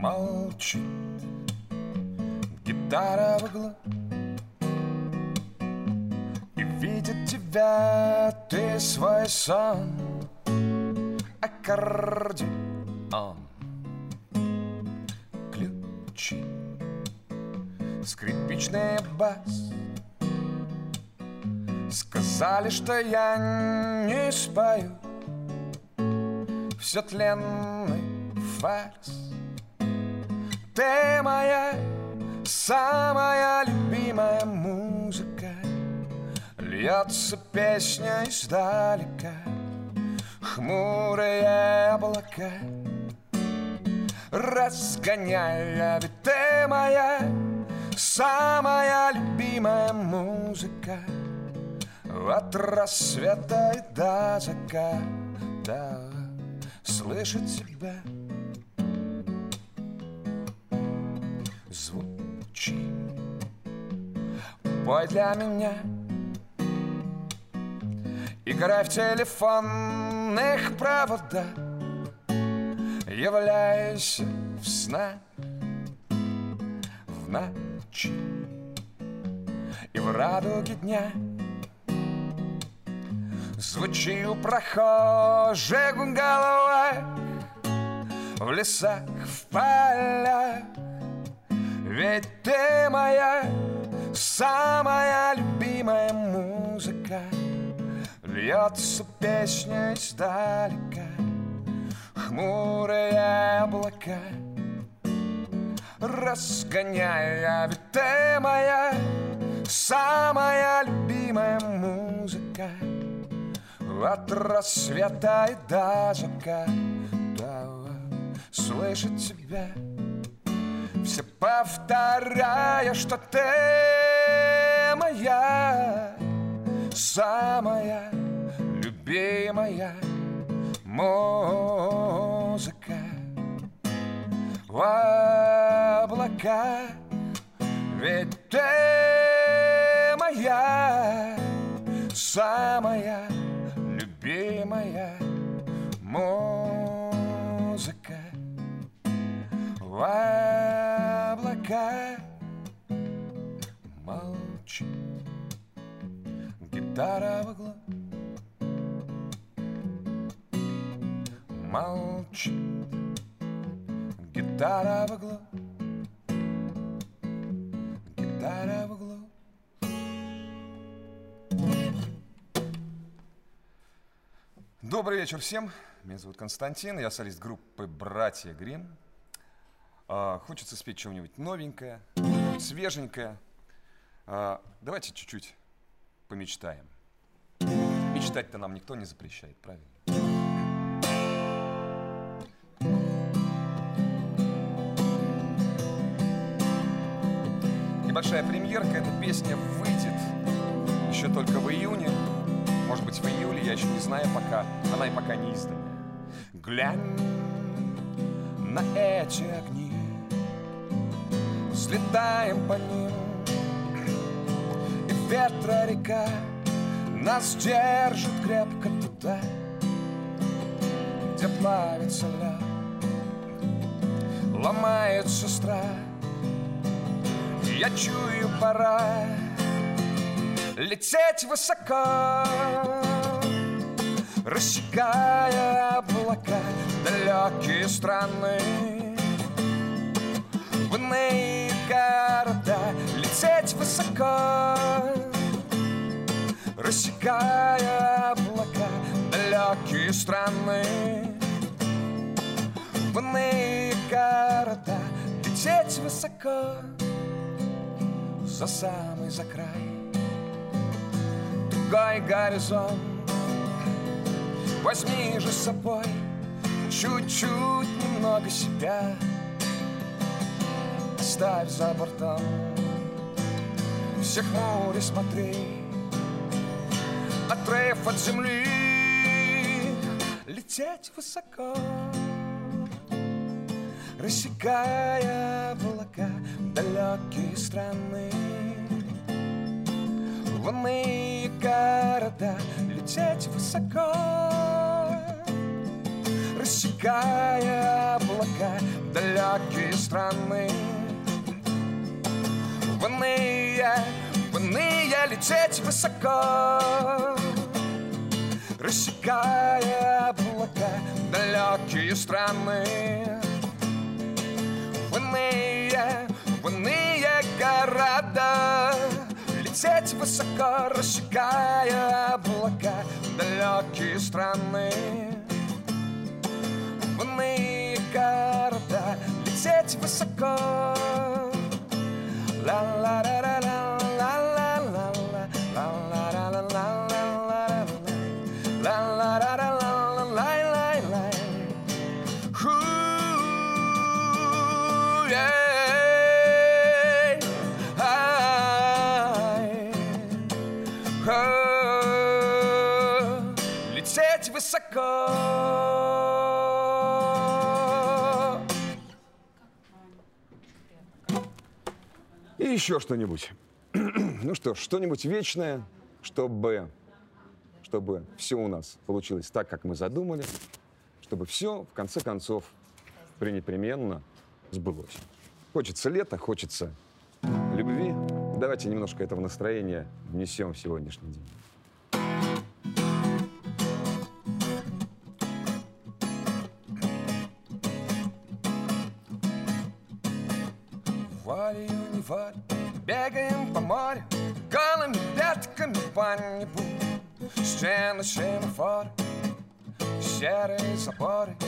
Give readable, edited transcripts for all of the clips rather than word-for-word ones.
молчит гитара в углу, и видит тебя ты свой сон, аккордеон, ключи, скрипичный бас. Сказали, что я не спою, все тленный фарс. Ты моя самая любимая музыка, льется песня издалека, хмурые облака разгоняя. Ведь ты моя самая любимая музыка, от рассвета и до заката слышать тебя. Звучи, пой для меня, играй в телефонных проводах, являйся в снах, в ночи и в радуге дня. Звучи у прохожих в головах, в лесах, в полях. Ведь ты моя самая любимая музыка, льется песня издалека, хмурые облака разгоняя. Ведь ты моя самая любимая музыка, от рассвета и до заката слышать тебя. Все повторяя, что ты моя самая любимая музыка. В облака, ведь ты моя самая любимая музыка. В облака молчит гитара в углу, молчит гитара в углу, гитара в углу. Добрый вечер всем. Меня зовут Константин, я солист группы «Братья Гримм». Хочется спеть что-нибудь новенькое, свеженькое. Давайте чуть-чуть помечтаем. Мечтать-то нам никто не запрещает, правильно? Небольшая премьерка. Эта песня выйдет еще только в июне. Может быть, в июле, я еще не знаю пока. Она и пока не издана. Глянь на эти огни, взлетаем по ним, и ветра река нас держит крепко туда, где плавится лед, ломается страх. Я чую, пора лететь высоко, рассекая облака, далекие страны, в иные города. Лететь высоко, рассекая облака, далекие страны, в иные города. Лететь высоко, за самый за край, другой горизонт. Возьми же с собой чуть-чуть, немного себя, оставь за бортом. Всех море смотри, отрыв от земли. Лететь высоко, рассекая облака, далекие страны, в иные города. Лететь высоко, рассекая облака далекие страны. В иные лететь высоко, рассекая облака далекие страны. В иные города лететь высоко, рассекая облака далекие страны. В иные города лететь высоко. Лететь высоко. И еще что-нибудь. Ну что ж, что-нибудь вечное, чтобы все у нас получилось так, как мы задумали, чтобы все, в конце концов, пренепременно сбылось. Хочется лета, хочется любви. Давайте немножко этого настроения внесем в сегодняшний день. Валью не валь, бегаем по морю, голыми пятками по небу. Стены, семафоры, серые заборы,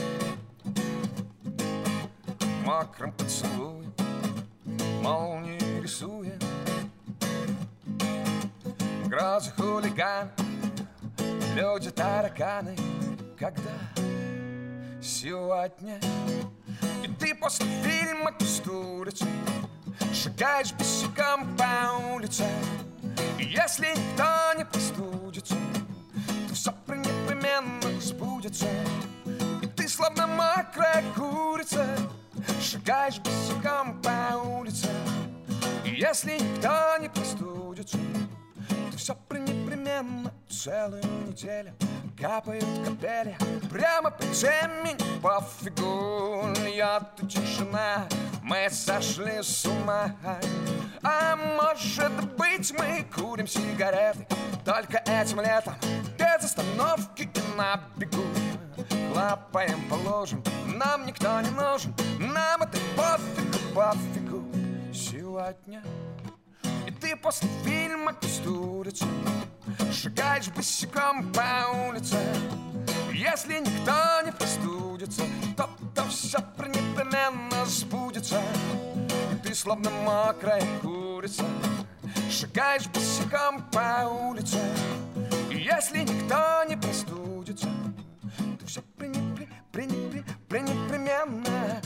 мокрым поцелуем молнии рисуя. Грозы, хулиганы, люди, тараканы. Когда сегодня и ты после фильма «Кустурица» шагаешь босиком по улице, и если никто не простудится, то все непременно сбудется. И ты словно мокрая курица шагаешь босиком по улице, и если никто не простудится, то все непременно. Целую неделю капают капели прямо по теме, пофигу, льет тишина. Мы сошли с ума. А может быть, мы курим сигареты только этим летом, без остановки и на бегу. Лапаем по лужам, нам никто не нужен, нам это пофигу, пофигу. Сегодня и ты после фильма «Кустурица» шагаешь босиком по улице. Если никто не простудится, то все непременно сбудется. И ты словно мокрая курица шагаешь босиком по улице. И если никто не простудится, то все пренепременно, пренепременно,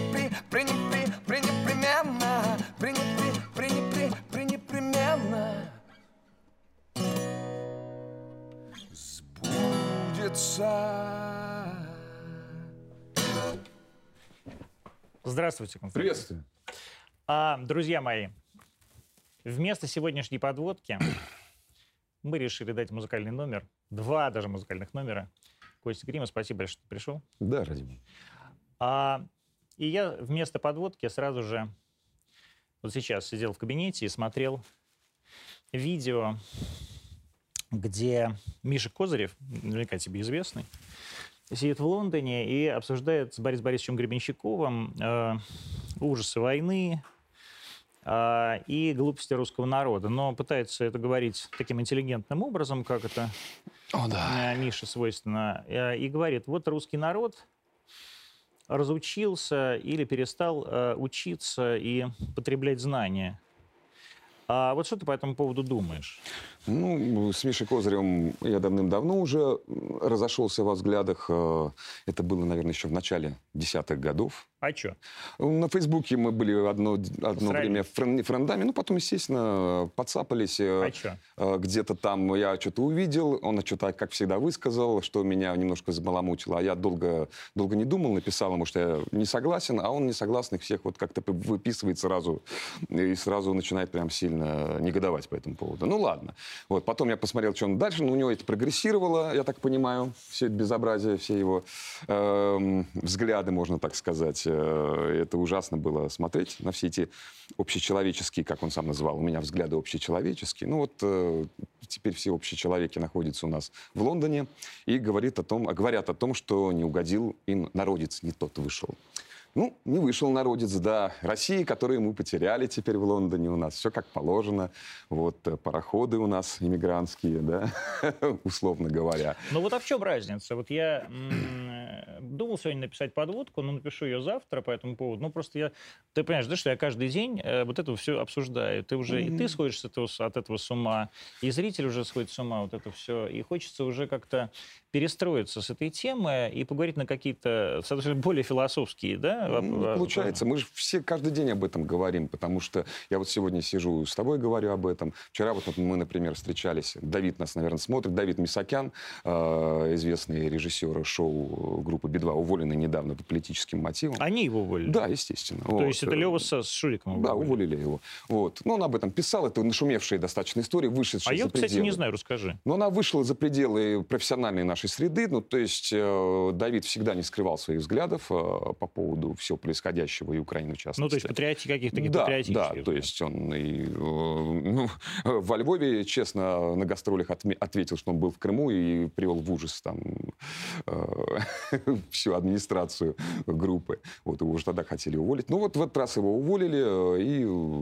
сбудется. Здравствуйте, Константин. Приветствую. Друзья мои, вместо сегодняшней подводки мы решили дать музыкальный номер, 2 даже музыкальных номера. Костя Грима, спасибо большое, что ты пришел. Да, ради бога. И я вместо подводки сразу же вот сейчас сидел в кабинете и смотрел видео, где Миша Козырев, наверняка тебе известный, сидит в Лондоне и обсуждает с Борисом Борисовичем Гребенщиковым ужасы войны и глупости русского народа. Но пытается это говорить таким интеллигентным образом, как это Мише свойственно. И говорит, вот русский народ разучился или перестал учиться и потреблять знания. Вот что ты по этому поводу думаешь? Ну, с Мишей Козыревым я давным-давно уже разошелся во взглядах. Это было, наверное, еще в начале 10-х годов. А что? На Фейсбуке мы были одно время френдами, ну, потом, естественно, подцапались. А что? Где-то там я что-то увидел, он что-то, как всегда, высказал, что меня немножко забаламутило. А я долго не думал, написал ему, что я не согласен, а он несогласных всех вот как-то выписывает сразу и сразу начинает прям сильно негодовать по этому поводу. Ну, ладно. Вот, потом я посмотрел, что он дальше, но у него это прогрессировало, я так понимаю, все это безобразие, все его взгляды, можно так сказать. Это ужасно было смотреть на все эти общечеловеческие, как он сам называл, у меня взгляды общечеловеческие. Ну вот теперь все общечеловеки находятся у нас в Лондоне и говорят о том, что не угодил им народец, не тот вышел. Ну, не вышел народец, да. России, которую мы потеряли теперь в Лондоне у нас. Все как положено. Вот пароходы у нас иммигрантские, да, условно говоря. Ну вот а в чем разница? Вот я думал сегодня написать подводку, но напишу ее завтра по этому поводу. Ну просто ты понимаешь, да, что я каждый день вот это все обсуждаю. Ты уже, и ты сходишь от этого с ума, и зритель уже сходит с ума, вот это все. И хочется уже как-то перестроиться с этой темы и поговорить на какие-то, соответственно, более философские, да? Получается. Мы же все каждый день об этом говорим, потому что я вот сегодня сижу с тобой, говорю об этом. Вчера вот мы, например, встречались. Давид нас, наверное, смотрит. Давид Мисакян, известный режиссер шоу группы Би-2, уволенный недавно по политическим мотивам. Они его уволили? Да, естественно. То есть это Лева с Шуриком? Да, уволили его. Вот. Но он об этом писал. Это нашумевшая достаточно история, вышедшая за пределы. А я, кстати, не знаю, расскажи. Но она вышла за пределы профессиональной нашей среды. Ну, то есть Давид всегда не скрывал своих взглядов по поводу всего происходящего и Украины, в частности. Ну, то есть каких-то да, патриотических. Да, то есть он во Львове, честно, на гастролях ответил, что он был в Крыму и привел в ужас там всю администрацию группы. Вот его уже тогда хотели уволить. Ну, вот в этот раз его уволили, и,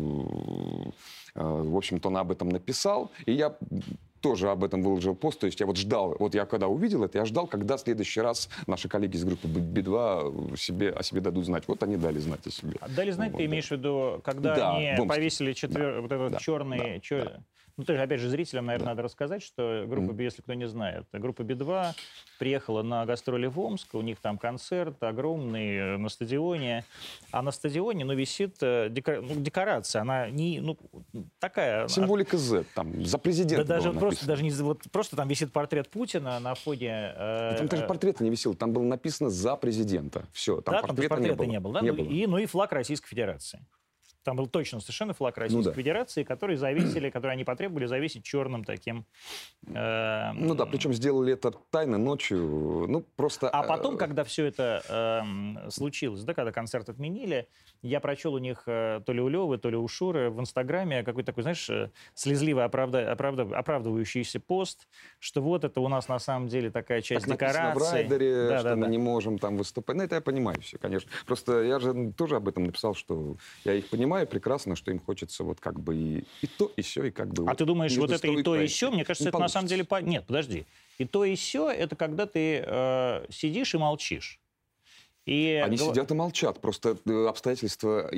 в общем-то, он об этом написал. И я тоже об этом выложил пост. То есть я вот ждал, вот я когда увидел это, я ждал, когда в следующий раз наши коллеги из группы Би-2 о себе дадут знать. Вот они дали знать о себе. Дали знать, вот, ты имеешь в виду, когда они повесили вот этот черный... Ну, тоже, опять же, зрителям, наверное, надо рассказать, что группа Би, если кто не знает, группа Би-2 приехала на гастроли в Омск, у них там концерт огромный на стадионе, а на стадионе, висит декорация, она не, такая... Символика Z, там, за президента. Да, просто там висит портрет Путина на фоне... Там даже портрета не висел, там было написано «За президента». Все, там портрета не было. Да? И флаг Российской Федерации. Там был точно совершенно флаг Российской Федерации, который они потребовали завесить черным таким. Причем сделали это тайно ночью, просто... А потом, когда все это случилось, когда концерт отменили, я прочел у них, то ли у Левы, то ли у Шуры в Инстаграме какой-то такой, знаешь, слезливо оправдывающийся пост, что вот это у нас на самом деле такая часть декорации. В райдере, что мы не можем там выступать. Ну, это я понимаю все, конечно. Просто я же тоже об этом написал, что я их понимаю прекрасно, что им хочется вот как бы и то, и сё, и как бы... А ты думаешь, вот это и то, и сё, мне кажется, это на самом деле... Нет, подожди. И то, и сё, это когда ты сидишь и молчишь. Они сидят и молчат. Просто обстоятельства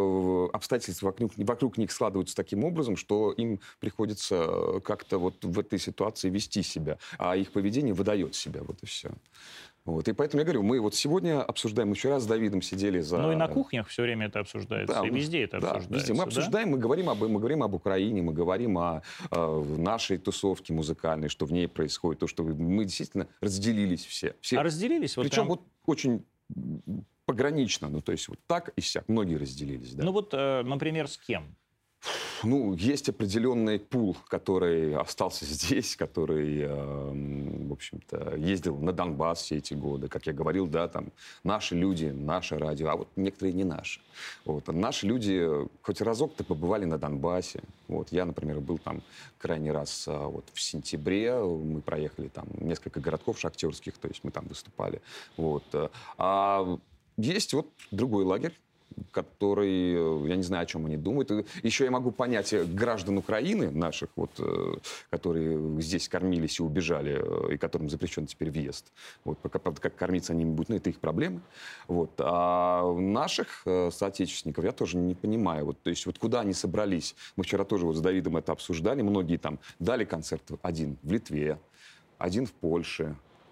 вокруг них складываются таким образом, что им приходится как-то вот в этой ситуации вести себя. А их поведение выдает себя. Вот и все. Вот. И поэтому я говорю, мы вот сегодня обсуждаем, мы вчера с Давидом сидели за... Ну и на кухнях все время это обсуждается, и везде это обсуждается. Везде. Мы обсуждаем, мы говорим об Украине, мы говорим о нашей тусовке музыкальной, что в ней происходит, то, что мы действительно разделились все. А разделились? Причем вот очень погранично, то есть вот так и сяк, многие разделились. Да. Ну вот, например, с кем? Есть определенный пул, который остался здесь, который, в общем-то, ездил на Донбасс все эти годы. Как я говорил, да, там наши люди, наше радио, а вот некоторые не наши. Вот. Наши люди хоть разок-то побывали на Донбассе. Вот. Я, например, был там крайний раз вот, в сентябре. Мы проехали там несколько городков шахтерских, то есть мы там выступали. Вот. А есть вот другой лагерь, который, я не знаю, о чем они думают. Еще я могу понять граждан Украины наших, вот, которые здесь кормились и убежали, и которым запрещен теперь въезд. Вот, как кормиться они будут, это их проблемы. Вот. А наших соотечественников я тоже не понимаю. Вот, то есть вот куда они собрались? Мы вчера тоже вот с Давидом это обсуждали. Многие там дали концерт один в Литве, один в Польше,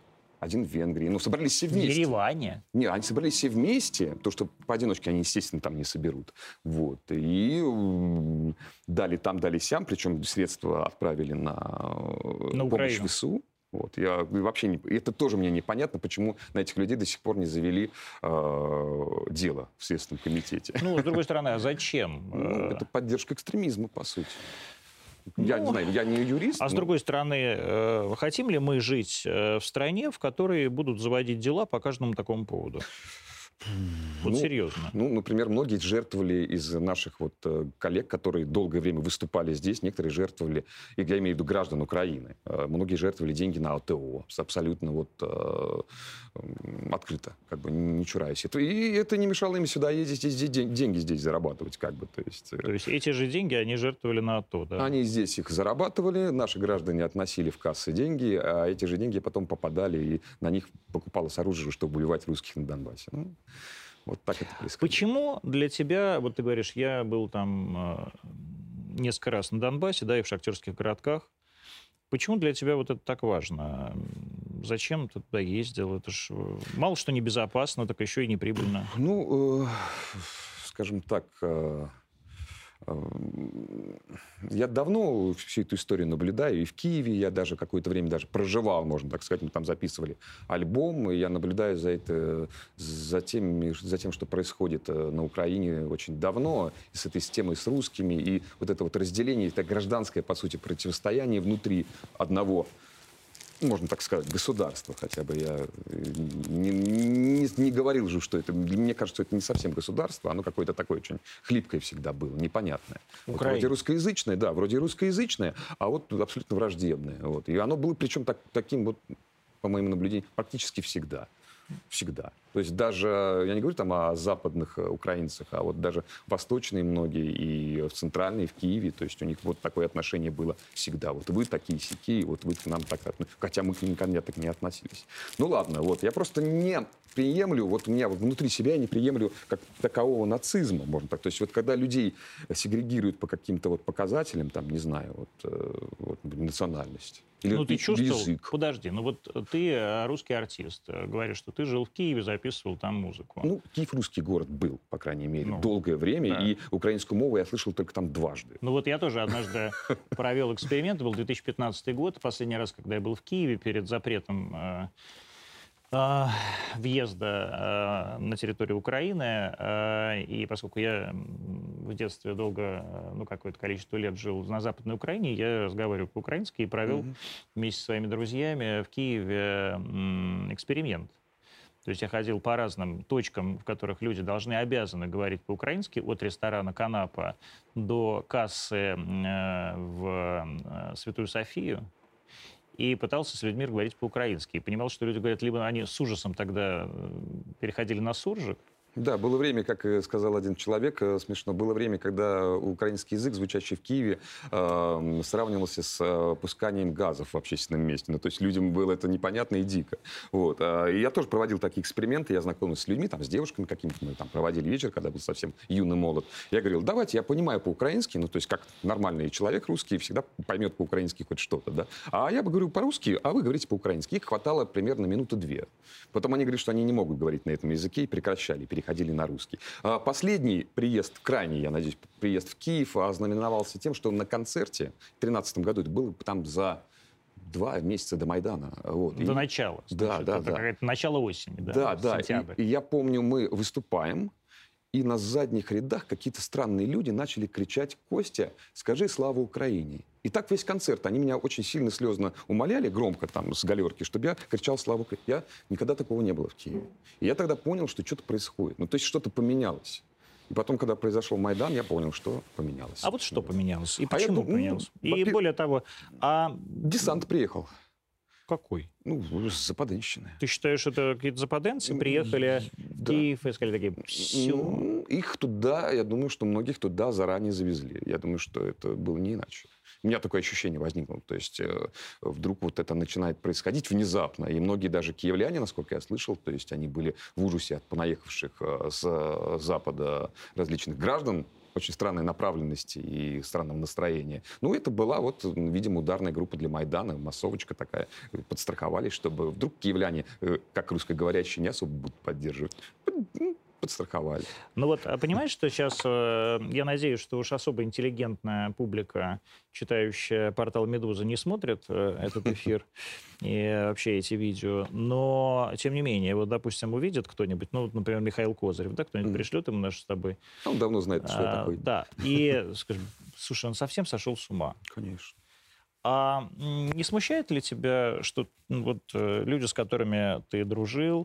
один в Венгрии. Ну, собрались все В вместе. Ереване. Не, они собрались все вместе, потому что поодиночке они, естественно, там не соберут. Вот. И дали там, дали сям, причем средства отправили на помощь Украину. ВСУ. Вот. Я вообще не, это тоже мне непонятно, почему на этих людей до сих пор не завели дело в Следственном комитете. Ну, с другой стороны, а зачем? Ну, это поддержка экстремизма, по сути. Я не знаю, я не юрист. А с другой стороны, хотим ли мы жить в стране, в которой будут заводить дела по каждому такому поводу? Вот серьезно. Ну, например, многие жертвовали из наших вот коллег, которые долгое время выступали здесь, некоторые жертвовали, и я имею в виду граждан Украины, многие жертвовали деньги на АТО, абсолютно вот открыто, как бы не чураясь. И это не мешало им сюда ездить и здесь деньги здесь зарабатывать, как бы. То есть эти же деньги они жертвовали на АТО, да? Они здесь их зарабатывали, наши граждане относили в кассы деньги, а эти же деньги потом попадали, и на них покупалось оружие, чтобы убивать русских на Донбассе. Ну, вот так это происходит. Почему для тебя, вот ты говоришь, я был там несколько раз на Донбассе, да, и в шахтерских городках. Почему для тебя вот это так важно? Зачем ты туда ездил? Это ж мало что небезопасно, так еще и неприбыльно. Ну, скажем так, я давно всю эту историю наблюдаю, и в Киеве я даже какое-то время даже проживал, можно так сказать, мы там записывали альбом, и я наблюдаю за тем, что происходит на Украине очень давно, и с этой системой с русскими, и вот это вот разделение, это гражданское, по сути, противостояние внутри одного, можно так сказать, государства, хотя бы я не говорил же, что это, мне кажется, это не совсем государство, оно какое-то такое очень хлипкое всегда было, непонятное. Вот вроде русскоязычное, да, вроде русскоязычное, а вот абсолютно враждебное. Вот. И оно было, причем таким вот, по моим наблюдениям, практически всегда. Всегда. То есть даже, я не говорю там о западных украинцах, а вот даже восточные многие и в центральной, и в Киеве, то есть у них вот такое отношение было всегда. Вот вы такие сякие, вот вы к нам так относитесь. Хотя мы никогда так не относились. Ну ладно, вот я просто не приемлю, вот у меня вот внутри себя я не приемлю как такового нацизма, можно так. То есть вот когда людей сегрегируют по каким-то вот показателям, там, не знаю, вот национальность. Или ну, ты чувствовал? Язык. Подожди, ну вот ты русский артист, говоришь, что ты жил в Киеве, записывал там музыку. Ну, Киев русский город был, по крайней мере, Ну, долгое время, да. и украинскую мову я слышал только там дважды. Ну вот я тоже однажды провел эксперимент, был 2015 год, последний раз, когда я был в Киеве перед запретом въезда на территорию Украины. И поскольку я в детстве долго, ну, какое-то количество лет жил на Западной Украине, я разговариваю по-украински и провел вместе со своими друзьями в Киеве эксперимент. То есть я ходил по разным точкам, в которых люди обязаны говорить по-украински, от ресторана «Канапа» до кассы в Святую Софию, и пытался с людьми говорить по-украински. И понимал, что люди говорят, либо они с ужасом тогда переходили на суржик. Да, было время, как сказал один человек, смешно, было время, когда украинский язык, звучащий в Киеве, сравнивался с пусканием газов в общественном месте. Ну, то есть людям было это непонятно и дико. Вот. И я тоже проводил такие эксперименты, я знакомился с людьми, там, с девушками какими-то, мы там проводили вечер, когда был совсем юный, молод. Я говорил, давайте, я понимаю по-украински, ну, то есть как нормальный человек русский всегда поймет по-украински хоть что-то, да. А я бы говорю по-русски, а вы говорите по-украински. Их хватало примерно минуты-две. Потом они говорили, что они не могут говорить на этом языке и прекращали, переходили на русский. Последний приезд, крайний, я надеюсь, приезд в Киев ознаменовался тем, что на концерте в 2013 году, это было там за 2 месяца до Майдана. Вот. До начала. Да, Значит, да, это да. какое-то начало осени, да? Да, да. Сентябрь. И я помню, мы выступаем, и на задних рядах какие-то странные люди начали кричать: «Костя, скажи слава Украине». И так весь концерт. Они меня очень сильно слезно умоляли, громко там, с галерки, чтобы я кричал слава Украине. Я никогда такого не было в Киеве. И я тогда понял, что что-то происходит. Ну, то есть что-то поменялось. И потом, когда произошел Майдан, я понял, что поменялось. А вот что поменялось? И А я почему думаю, поменялось? И более того, десант приехал. какой? Ну, с Западенщины. Ты считаешь, это какие-то западенцы приехали в Киев и сказали такие, все? Их туда, я думаю, что многих туда заранее завезли. Я думаю, что это было не иначе. У меня такое ощущение возникло. То есть вдруг вот это начинает происходить внезапно. И многие даже киевляне, насколько я слышал, то есть они были в ужасе от понаехавших с Запада различных граждан очень странной направленности и странного настроения. Ну, это была вот, видимо, ударная группа для Майдана, массовочка такая. Подстраховались, чтобы вдруг киевляне, как русскоговорящие, не особо будут поддерживать. Подстраховали. Ну вот, понимаешь, что сейчас, я надеюсь, что уж особо интеллигентная публика, читающая портал «Медуза», не смотрит этот эфир и вообще эти видео, но, тем не менее, вот, допустим, увидит кто-нибудь, ну, вот, например, Михаил Козырев, да, кто-нибудь пришлет ему наш с тобой. Он давно знает, что я такой. Да, и, скажем, слушай, он совсем сошел с ума. Конечно. А не смущает ли тебя, что вот люди, с которыми ты дружил,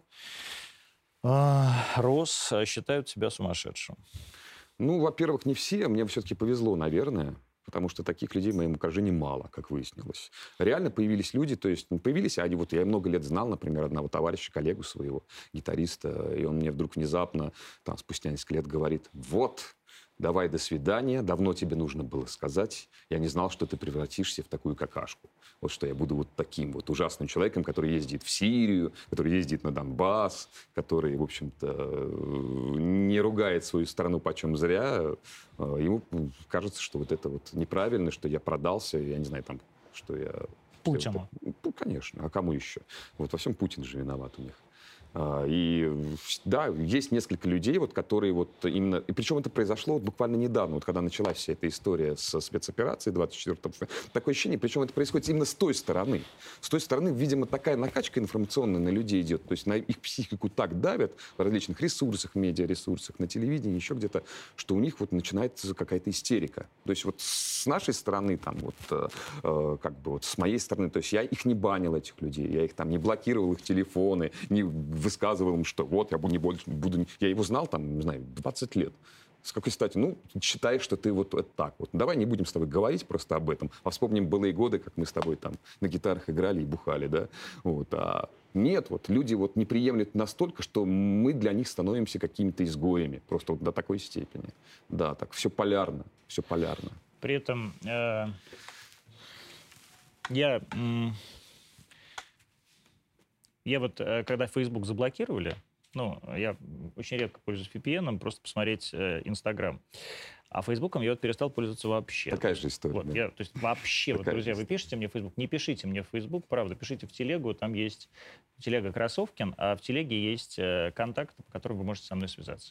рос, считают себя сумасшедшим? Ну, во-первых, не все. Мне все-таки повезло, наверное. Потому что таких людей в моем окружении мало, как выяснилось. Реально появились люди, то есть появились, они вот я много лет знал, например, одного товарища, коллегу своего, гитариста, и он мне вдруг внезапно, там, спустя несколько лет говорит: вот, давай, до свидания, давно тебе нужно было сказать, я не знал, что ты превратишься в такую какашку. Вот что я буду вот таким вот ужасным человеком, который ездит в Сирию, который ездит на Донбасс, который, в общем-то, не ругает свою страну почем зря. Ему кажется, что вот это вот неправильно, что я продался, я не знаю, там, что я... Путину. Ну, конечно, а кому еще? Вот во всем Путин же виноват у них. И да, есть несколько людей, вот, которые вот именно... И причем это произошло вот буквально недавно, вот когда началась вся эта история со спецоперацией 24-го. Такое ощущение, причем это происходит именно с той стороны. С той стороны, видимо, такая накачка информационная на людей идет. То есть на их психику так давят в различных ресурсах, медиаресурсах, на телевидении, еще где-то, что у них вот начинается какая-то истерика. То есть вот с нашей стороны, там вот, как бы вот с моей стороны, то есть я их не банил, этих людей, я их там не блокировал, их телефоны, не высказывал им, что вот, я не больше буду... Я его знал там, не знаю, 20 лет. С какой стати? Ну, считай, что ты вот так вот. Давай не будем с тобой говорить просто об этом, а вспомним былые годы, как мы с тобой там на гитарах играли и бухали, да? Вот. А нет, вот люди вот не приемлют настолько, что мы для них становимся какими-то изгоями. Просто вот до такой степени. Да, так, все полярно, все полярно. При этом я вот, когда Facebook заблокировали, ну, я очень редко пользуюсь VPN, просто посмотреть Инстаграм. А Фейсбуком я вот перестал пользоваться вообще. Такая же история. Вот, да? то есть вообще, вот, друзья, вы пишите мне в Facebook, не пишите мне в Facebook, правда, пишите в телегу, там есть телега Красовкин, а в телеге есть контакт, по которому вы можете со мной связаться.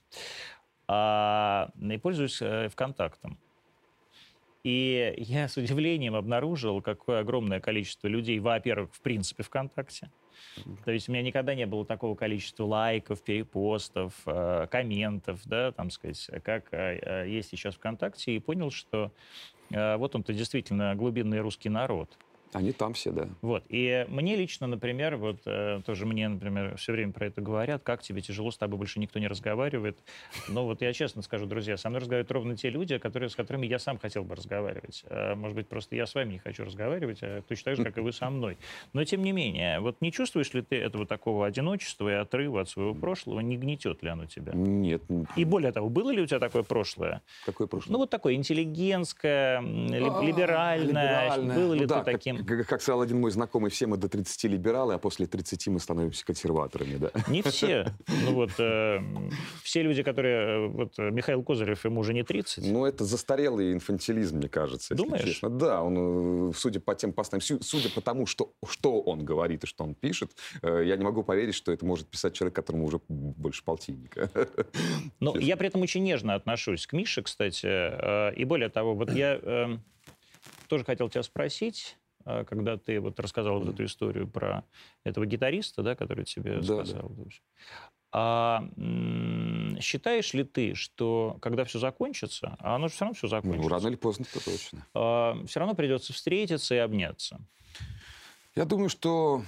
И пользуюсь ВКонтактом. И я с удивлением обнаружил, какое огромное количество людей, во-первых, в принципе, ВКонтакте. То есть у меня никогда не было такого количества лайков, перепостов, комментов, да, там сказать, как есть сейчас ВКонтакте, и понял, что вот он-то действительно глубинный русский народ. Они там все, да. Вот. И мне лично, например, вот тоже мне, например, все время про это говорят, как тебе тяжело, с тобой больше никто не разговаривает. Но вот я честно скажу, друзья, со мной разговаривают ровно те люди, с которыми я сам хотел бы разговаривать. Может быть, просто я с вами не хочу разговаривать, точно так же, как и вы со мной. Но, тем не менее, вот не чувствуешь ли ты этого такого одиночества и отрыва от своего прошлого? Не гнетет ли оно тебя? Нет. И более того, было ли у тебя такое прошлое? Какое прошлое? Ну, вот такое интеллигентское, либеральное. Было ли ты таким? Как сказал один мой знакомый, все мы до 30 либералы, а после 30 мы становимся консерваторами, да. Не все. Ну вот все люди, которые... Вот Михаил Козырев, ему уже не 30. Ну, это застарелый инфантилизм, мне кажется. Думаешь? Честно. Да, он, судя по тем постам, судя по тому, что он говорит и что он пишет, я не могу поверить, что это может писать человек, которому уже больше полтинника. Ну, я при этом очень нежно отношусь к Мише, кстати. И более того, вот я тоже хотел тебя спросить, когда ты вот рассказал вот эту историю про этого гитариста, да, который тебе сказал. Да. Считаешь ли ты, что когда все закончится, а оно же все равно все закончится? Ну, рано или поздно, это точно. Все равно придется встретиться и обняться? Я думаю, что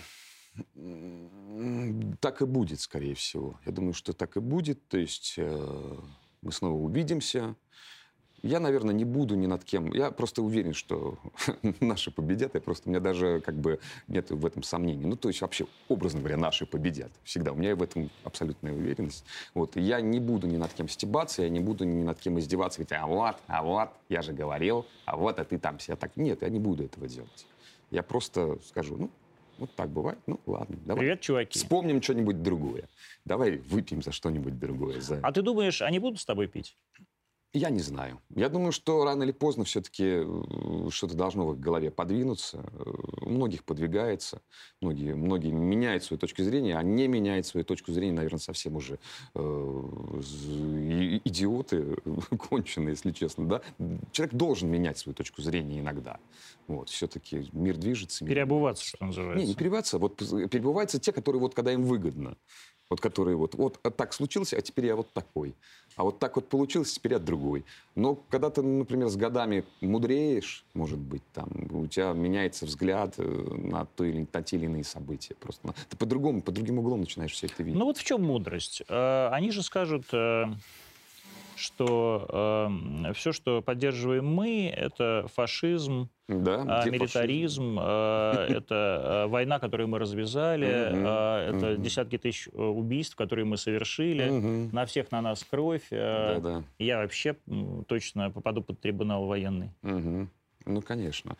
так и будет, скорее всего. Я думаю, что так и будет. То есть мы снова увидимся. Я, наверное, не буду ни над кем. Я просто уверен, что наши победят. У меня даже как бы нет в этом сомнений. Ну, то есть вообще, образно говоря, наши победят. Всегда. У меня в этом абсолютная уверенность. Вот. И я не буду ни над кем стебаться, я не буду ни над кем издеваться. Говорить, а вот, я же говорил, а ты там себя так... Нет, я не буду этого делать. Я просто скажу, ну, вот так бывает. Ну, ладно, давай. Привет, чуваки. Вспомним что-нибудь другое. Давай выпьем за что-нибудь другое. А ты думаешь, они будут с тобой пить? Я не знаю. Я думаю, что рано или поздно все-таки что-то должно в их голове подвинуться. У многих подвигается, многие меняют свою точку зрения, а не меняют свою точку зрения, наверное, совсем уже идиоты конченые, если честно. Да? Человек должен менять свою точку зрения иногда. Вот, все-таки мир движется. Переобуваться, что называется. Не переобуваться. Вот переобуваются те, которые вот когда им выгодно. Вот которые вот так случилось, а теперь я вот такой. А вот так вот получилось, теперь я другой. Но когда ты, например, с годами мудреешь, может быть, там, у тебя меняется взгляд на те или иные события. Просто ты по-другому, под другим углом начинаешь все это видеть. Ну вот в чем мудрость? Они же скажут, что все, что поддерживаем мы, это фашизм, Да, милитаризм, это война, которую мы развязали, это десятки тысяч убийств, которые мы совершили, на всех на нас кровь. Я вообще точно попаду под трибунал военный. Ну, конечно.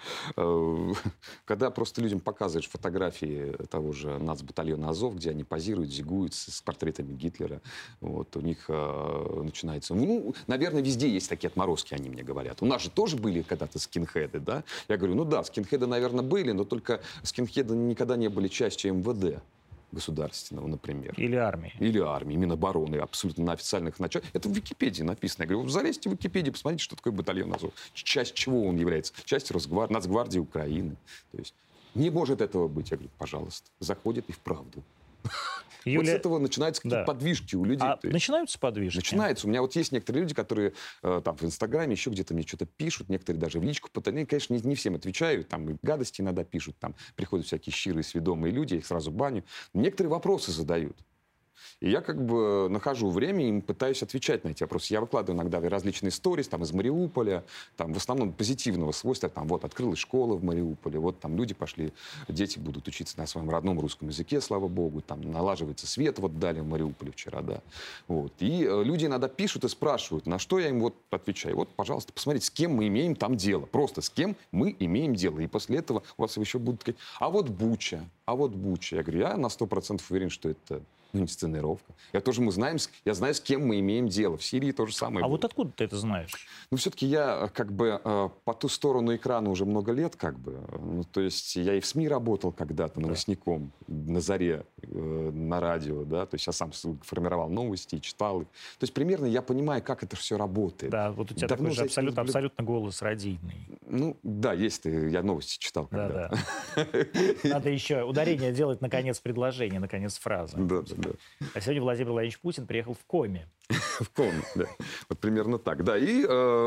Когда просто людям показываешь фотографии того же нацбатальона «Азов», где они позируют, зигуют с портретами Гитлера, вот, у них начинается... Ну, наверное, везде есть такие отморозки, они мне говорят. У нас же тоже были когда-то скинхеды, да? Я говорю, ну да, скинхеды, наверное, были, но только скинхеды никогда не были частью МВД государственного, например. Или армии. Или армии, Минобороны, абсолютно на официальных началах. Это в Википедии написано. Я говорю, залезьте в Википедию, посмотрите, что такое батальон «Азов». Часть чего он является? Часть Нацгвардии Украины. То есть не может этого быть. Я говорю, пожалуйста, заходит и вправду. Вот с этого начинаются какие-то подвижки у людей. Начинаются подвижки? Начинаются. У меня вот есть некоторые люди, которые там в Инстаграме, еще где-то мне что-то пишут, некоторые даже в личку пытаются. Конечно, не всем отвечаю, там и гадости иногда пишут, там приходят всякие щирые, сведомые люди, я их сразу баню. Некоторые вопросы задают. И я как бы нахожу время и пытаюсь отвечать на эти вопросы. Я выкладываю иногда различные сторис там, из Мариуполя, там, в основном позитивного свойства. Там, вот открылась школа в Мариуполе, вот там люди пошли, дети будут учиться на своем родном русском языке, слава богу. Там налаживается свет, вот дали в Мариуполе вчера, да. Вот. И люди иногда пишут и спрашивают, на что я им вот отвечаю. Вот, пожалуйста, посмотрите, с кем мы имеем там дело. Просто с кем мы имеем дело. И после этого у вас еще будут такие, а вот Буча. Я говорю, я на 100% уверен, что это не сценировка. Мы знаем, я знаю, с кем мы имеем дело. В Сирии то же самое. Вот откуда ты это знаешь? Ну, все-таки я как бы по ту сторону экрана уже много лет, как бы. Ну, то есть я и в СМИ работал когда-то новостником на заре, на радио, да. То есть я сам формировал новости и читал их. То есть примерно я понимаю, как это все работает. Да, вот у тебя такой же абсолютно голос радийный. Ну, да, я новости читал когда-то. Надо еще ударение делать на конец предложения, на конец фразы. Да. А сегодня Владимир Владимирович Путин приехал в коме. В коме, да. Вот примерно так. Да, и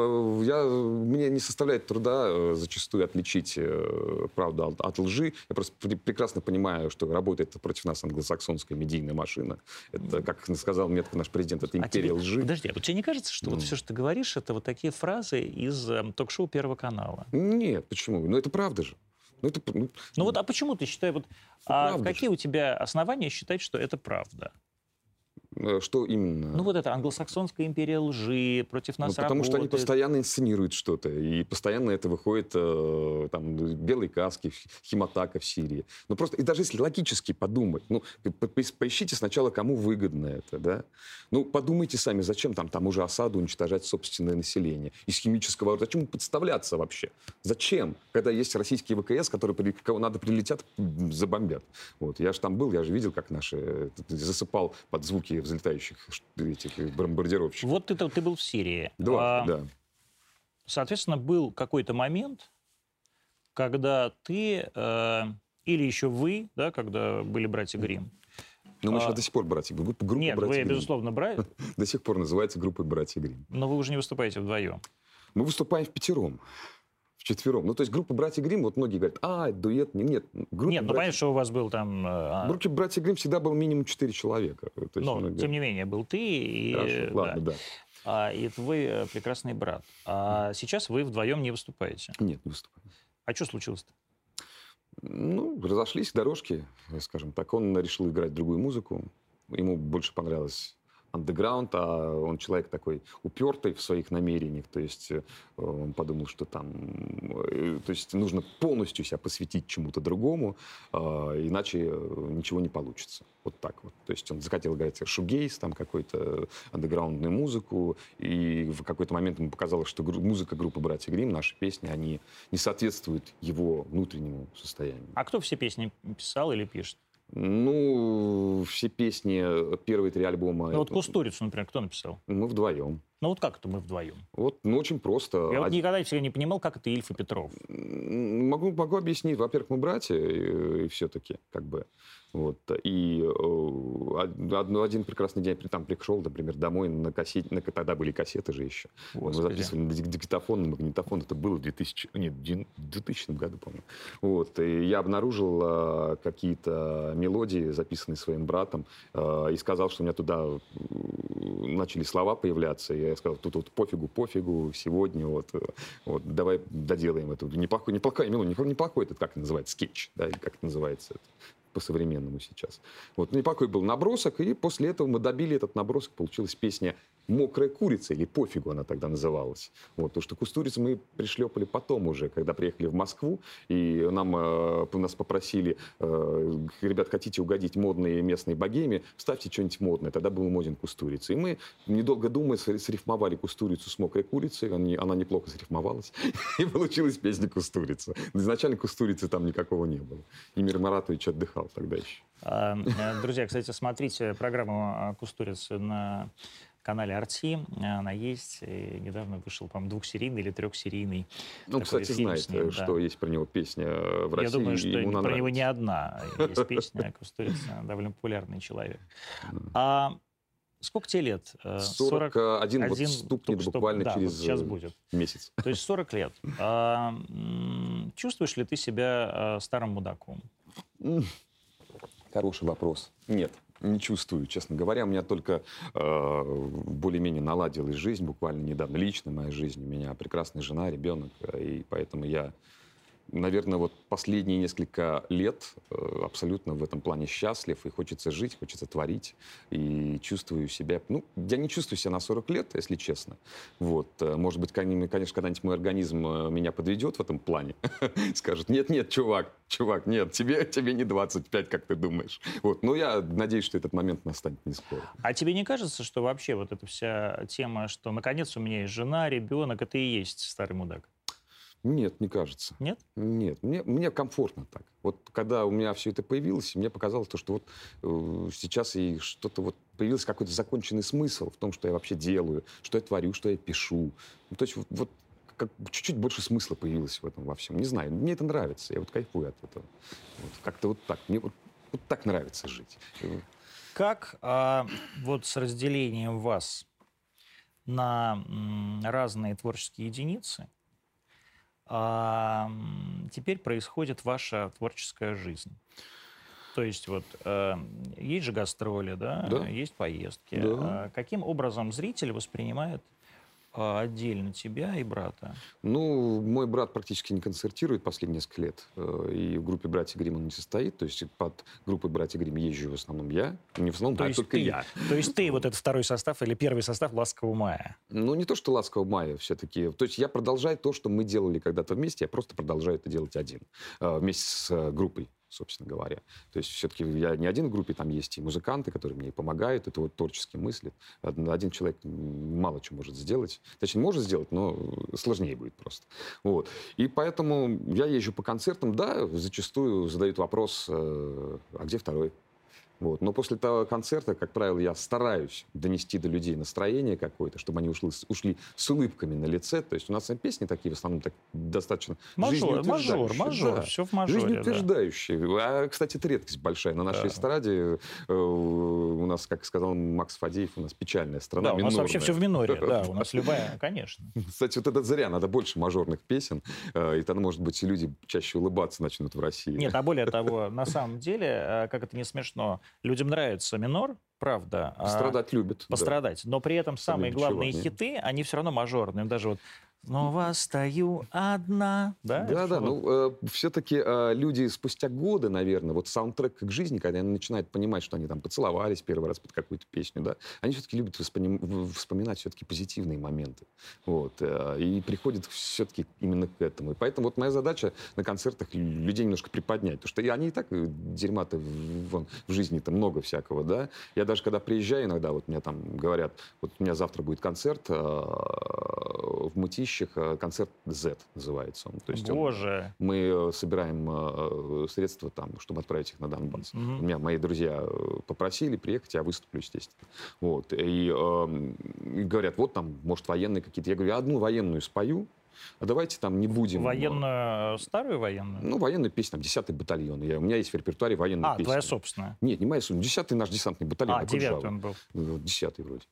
мне не составляет труда зачастую отличить правду от лжи. Я просто прекрасно понимаю, что работает против нас англосаксонская медийная машина. Это, как сказал мне наш президент, это империя лжи. Подожди, а тебе не кажется, что вот все, что ты говоришь, это вот такие фразы из ток-шоу Первого канала? Нет, почему? Ну, это правда же. Вот, а почему ты считаешь, какие у тебя основания считать, что это правда? Что именно? Ну, вот это англосаксонская империя лжи, против нас работает. Потому что они постоянно инсценируют что-то. И постоянно это выходит, там, белые каски, химатака в Сирии. Ну, просто, и даже если логически подумать, ну, поищите сначала, кому выгодно это, да? Ну, подумайте сами, зачем там тому же Асаду уничтожать собственное население? Из химического оружия. Зачем подставляться вообще? Зачем? Когда есть российские ВКС, которые, кого надо прилетят, забомбят. Вот. Я же там был, я же видел, как наши засыпал под звуки взлетающих этих бомбардировщиков. Вот ты был в Сирии. Да. Соответственно, был какой-то момент, когда ты, или еще вы, да, когда были братья Гримм. Ну, мы сейчас до сих пор братья Гримм. Нет, вы, безусловно, братья. До сих пор называется группой братья Гримм. Но вы уже не выступаете вдвоем. Мы выступаем впятером. Вчетвером. Ну, то есть группа «Братья Гримм», вот многие говорят, дуэт, нет. Нет, ну понятно, что у вас был там... В группе «Братья Гримм» всегда было минимум 4 человека. Но, тем не менее, был ты и... Хорошо, ладно, да. И твой прекрасный брат. А сейчас вы вдвоем не выступаете? Нет, не выступаем. А что случилось-то? Ну, разошлись дорожки, скажем так. Он решил играть другую музыку. Ему больше понравилось андеграунд, а он человек такой упертый в своих намерениях, то есть он подумал, что там, то есть нужно полностью себя посвятить чему-то другому, иначе ничего не получится. Вот так вот. То есть он захотел играть шугейс, там какую-то андеграундную музыку, и в какой-то момент ему показалось, что музыка группы «Братья Гримм», наши песни, они не соответствуют его внутреннему состоянию. А кто все песни писал или пишет? Ну, все песни, первые 3 альбома... Ну, вот «Кустурицу», например, кто написал? Мы вдвоем. Ну, вот как это мы вдвоем? Вот, ну, очень просто. Я вот никогда всегда не понимал, как это Ильф и Петров. Могу объяснить. Во-первых, мы братья, и все-таки, как бы. Вот. И один прекрасный день там пришел, например, домой на кассете, тогда были кассеты же еще. Господи. Мы записывали на диктофон, на магнитофон. Это было в 2000 году, по-моему. Вот. И я обнаружил какие-то мелодии, записанные своим братом, и сказал, что у меня туда начали слова появляться. И я сказал, тут вот пофигу, сегодня вот давай доделаем это. Неплохая мелодия, неплохой это, как это называется, скетч, да, или как это называется это по-современному сейчас. Вот, неплохой был набросок, и после этого мы добили этот набросок, получилась песня «Мокрая курица», или «Пофигу» она тогда называлась. Вот, потому что «Кустурицу» мы пришлепали потом уже, когда приехали в Москву, и нас попросили, ребят, хотите угодить модной местной богеме, вставьте что-нибудь модное. Тогда был моден «Кустурица». И мы, недолго думая, срифмовали «Кустурицу» с «Мокрой курицей», она неплохо срифмовалась, и получилась песня «Кустурица». Изначально «Кустурицы» там никакого не было. И Мир Маратович отдыхал тогда еще. Друзья, кстати, смотрите программу «Кустурица» на канале «Арти». Она есть. И недавно вышел, по-моему, 2-серийный или 3-серийный. Ну, кстати, знает, что есть про него песня в России. Я думаю, что про нравится. него не одна есть песня. «Кустурица» довольно популярный человек. А сколько тебе лет? 41 вот стукнет буквально через сейчас будет. месяц. То есть 40 лет. Чувствуешь ли ты себя старым мудаком? Хороший вопрос. Нет, не чувствую, честно говоря. У меня только более-менее наладилась жизнь, буквально недавно. Лично моя жизнь. У меня прекрасная жена, ребенок. И поэтому я, наверное, вот последние несколько лет абсолютно в этом плане счастлив. И хочется жить, хочется творить. И чувствую себя... Ну, я не чувствую себя на 40 лет, если честно. Вот. Может быть, конечно, когда-нибудь мой организм меня подведет в этом плане. Скажет, нет, чувак, нет, тебе не 25, как ты думаешь. Вот. Но я надеюсь, что этот момент настанет не скоро. А тебе не кажется, что вообще вот эта вся тема, что наконец у меня есть жена, ребенок, это и есть старый мудак? Нет, не кажется. Нет? Нет, мне комфортно так. Вот когда у меня все это появилось, мне показалось, что вот сейчас и что-то вот появился какой-то законченный смысл в том, что я вообще делаю, что я творю, что я пишу. Ну, то есть вот как чуть-чуть больше смысла появилось в этом во всем. Не знаю, мне это нравится, я вот кайфую от этого. Вот, как-то вот так. Мне вот так нравится жить. Как вот с разделением вас на разные творческие единицы теперь происходит ваша творческая жизнь? То есть вот есть же гастроли, да? Есть поездки. Да. Каким образом зритель воспринимает отдельно тебя и брата? Ну, мой брат практически не концертирует последние несколько лет. И в группе «Братья Гримм» он не состоит. То есть под группой «Братья Гримм» езжу в основном я. Не в основном, а только я. То есть ты вот этот второй состав или первый состав «Ласкового мая»? Ну, не то, что «Ласкового мая» все-таки. То есть я продолжаю то, что мы делали когда-то вместе, я просто продолжаю это делать один. Вместе с группой, собственно говоря. То есть все-таки я не один в группе, там есть и музыканты, которые мне помогают, это вот творчески мыслят. Один человек мало чего может сделать. Точнее, может сделать, но сложнее будет просто. Вот. И поэтому я езжу по концертам, да, зачастую задают вопрос, а где второй? Вот. Но после того концерта, как правило, я стараюсь донести до людей настроение какое-то, чтобы они ушли с улыбками на лице. То есть у нас песни такие в основном так достаточно мажор, да. все в мажоре. Жизнеутверждающие. Да. А, кстати, это редкость большая. На нашей эстраде у нас, как сказал Макс Фадеев, у нас печальная страна, да, у нас минорная. вообще все в миноре. Да, у нас любая, конечно. Кстати, вот это зря. Надо больше мажорных песен. И тогда, может быть, и люди чаще улыбаться начнут в России. Нет, а более того, на самом деле, как это не смешно, людям нравится минор, правда. Пострадать любят. Пострадать. Да. Но при этом самые главные бичевание. хиты, они все равно мажорные. Даже вот Снова стою одна. Да, Да, да, что вот? ну, все-таки люди спустя годы, наверное, вот саундтрек к жизни, когда они начинают понимать, что они там поцеловались первый раз под какую-то песню, да, они все-таки любят вспоминать все-таки позитивные моменты. Вот, и приходят все-таки именно к этому. И поэтому вот моя задача на концертах людей немножко приподнять, потому что они и так дерьма-то в жизни-то много всякого, да. Я даже когда приезжаю иногда, вот мне там говорят, вот у меня завтра будет концерт в Мытищах, концерт Z называется он. То есть Боже. мы собираем средства там, чтобы отправить их на Донбасс. У меня мои друзья попросили приехать, я выступлю, естественно. Вот. И говорят, вот там, может, военные какие-то. Я говорю, я одну военную спою, а давайте там не будем... Военную, старую военную? Ну, военную песню, там, 10-й батальон. У меня есть в репертуаре военные песни. Твоя собственная? Нет, не моя собственная. 10-й наш десантный батальон. 9-й он был. 10-й вроде.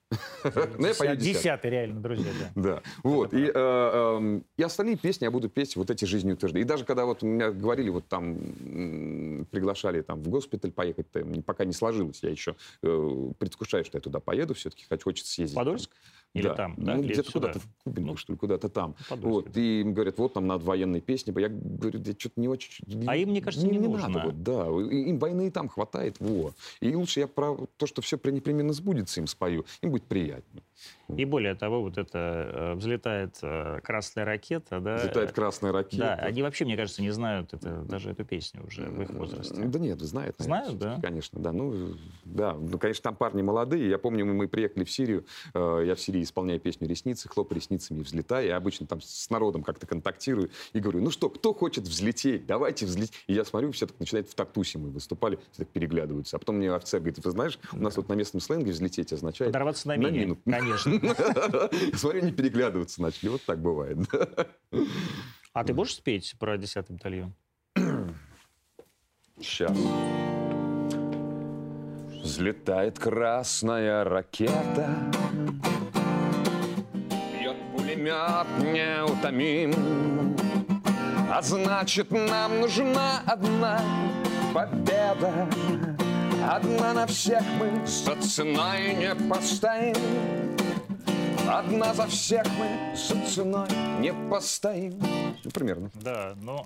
10-й реально, друзья, да. Да, вот. И остальные песни я буду петь вот эти жизнеутверждения. И даже когда вот меня говорили, вот там приглашали там в госпиталь поехать, пока не сложилось, я еще предвкушаю, что я туда поеду все-таки, хочется съездить. Подольск? Или да. там, да? Ну, Или где-то сюда? куда-то в Кубинку, что ли, куда-то там. Подольск. Вот. И им говорят, вот там надо военные песни. Я говорю, да что-то не очень... А им, мне кажется, не нужно. Надо, вот, да. Им войны и там хватает. Во. И лучше я про то, что все непременно сбудется, им спою. Им будет приятнее. И более того, вот это взлетает красная ракета, да? Взлетает красная ракета. Да, они вообще, мне кажется, не знают даже эту песню уже в их возрасте. Да нет, знают. Знают, да? Конечно, да. Ну, конечно, там парни молодые. Я помню, мы приехали в Сирию, я в Сирии исполняю песню «Ресницы», хлопаю ресницами и взлетаю. Я обычно там с народом как-то контактирую и говорю, ну что, кто хочет взлететь? Давайте взлететь. И я смотрю, все так начинают в тактусе, мы выступали, все так переглядываются. А потом мне офицер говорит, вы знаешь, у нас вот на местном сленге взлететь означает... Подорваться на мине, минуту. конечно. Смотрю, не переглядываться начали. Вот так бывает. А ты можешь спеть про 10-й батальон? Сейчас. Взлетает красная ракета, бьет пулемет неутомим, а значит, нам нужна одна победа. Одна на всех мы за ценой не постоим. Одна за всех мы за ценой не постоим. Ну, примерно. Да, но...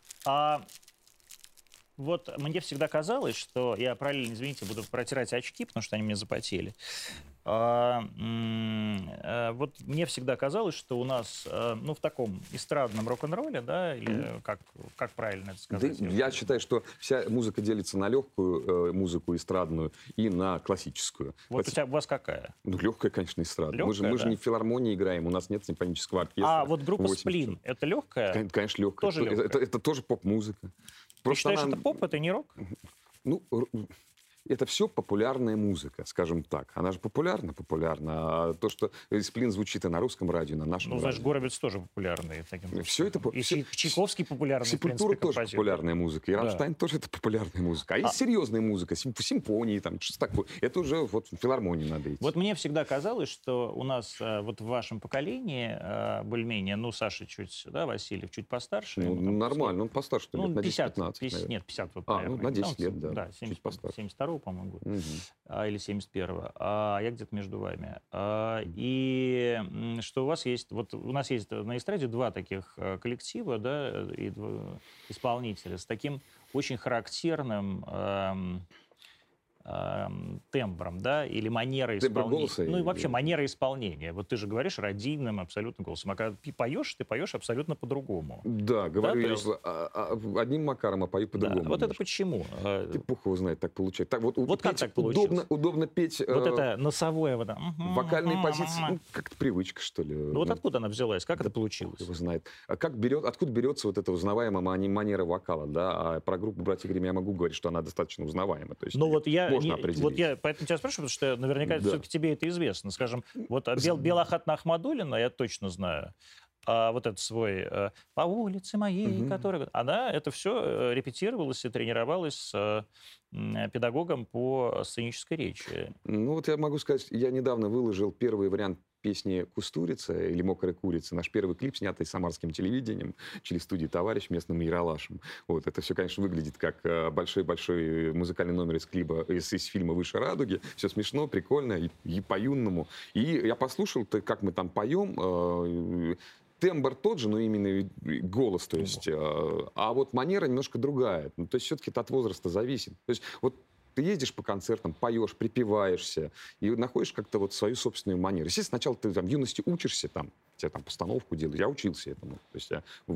Вот мне всегда казалось, что я параллельно, извините, буду протирать очки, потому что они мне запотели. Вот мне всегда казалось, что у нас, ну, в таком эстрадном рок-н-ролле, да, или как правильно это сказать? Да, я считаю, что вся музыка делится на легкую музыку эстрадную и на классическую. Вот у вас какая? Ну, легкая, конечно, эстрада. Мы же да? не в филармонии играем, у нас нет симфонического оркестра. А вот группа «Сплин» — это легкая? Конечно, легкая. Тоже легкая. Это тоже поп-музыка. Ты считаешь, это поп, это не рок? Ну, это все популярная музыка, скажем так. Она же популярна. А то, что «Сплин» звучит и на русском радио, и на нашем радио. Ну, знаешь, Горобец тоже популярный. Все это... И Чайковский популярный, Сепультура тоже популярная музыка. И Рамштайн тоже это популярная музыка. А есть серьезная музыка, симфонии, там, что такое. Это уже вот в филармонии надо идти. Вот мне всегда казалось, что у нас вот в вашем поколении более-менее, ну, Саша чуть, да, Васильев чуть постарше. Ну, нормально, он постарше, ну, лет на 50, 10-15. нет, 50 вот, ну, на 10 лет, да. Да, чуть постарше. 72-го, по-моему, год. Угу. Или 71-го. А я где-то между вами. И что у вас есть... Вот у нас есть на эстраде два таких коллектива, да, и два исполнителя с таким очень характерным тембром, да, или манерой исполнения. Ну и вообще манера исполнения. Вот ты же говоришь родийным абсолютно голосом. А когда ты поешь абсолютно по-другому. Да, говорю да, я есть... одним макаром, а пою по-другому. Да, вот это почему? Ты пух его знает, так получается. Так, вот как так получилось? Удобно петь... Вот это носовое... Вот, вокальные позиции, ну, как-то привычка, что ли. Ну вот откуда она взялась? Как это получилось? Его знает. Откуда берется вот эта узнаваемая манера вокала, да? А про группу «Братья Гримм» я могу говорить, что она достаточно узнаваема. То есть ну вот можно определить. Вот я поэтому тебя спрашиваю, потому что наверняка все-таки тебе это известно. Скажем, вот Белохатна Ахмадуллина, я точно знаю, вот этот свой «По улице моей», который... Она это все репетировалась и тренировалась с педагогом по сценической речи. Ну вот я могу сказать, я недавно выложил первый вариант песни «Кустурица» или «Мокрая курица». Наш первый клип, снятый самарским телевидением, через студию «Товарищ» местным Яралашем. Вот. Это все, конечно, выглядит как большой-большой музыкальный номер из фильма «Выше радуги». Все смешно, прикольно и по-юнному. И я послушал, как мы там поем. тембр тот же, но именно и голос, то есть, а вот манера немножко другая. Ну, то есть все-таки это от возраста зависит. То есть вот ты ездишь по концертам, поешь, припеваешься и находишь как-то вот свою собственную манеру. Естественно, сначала ты там в юности учишься, там, тебе там постановку делают. Я учился этому. То есть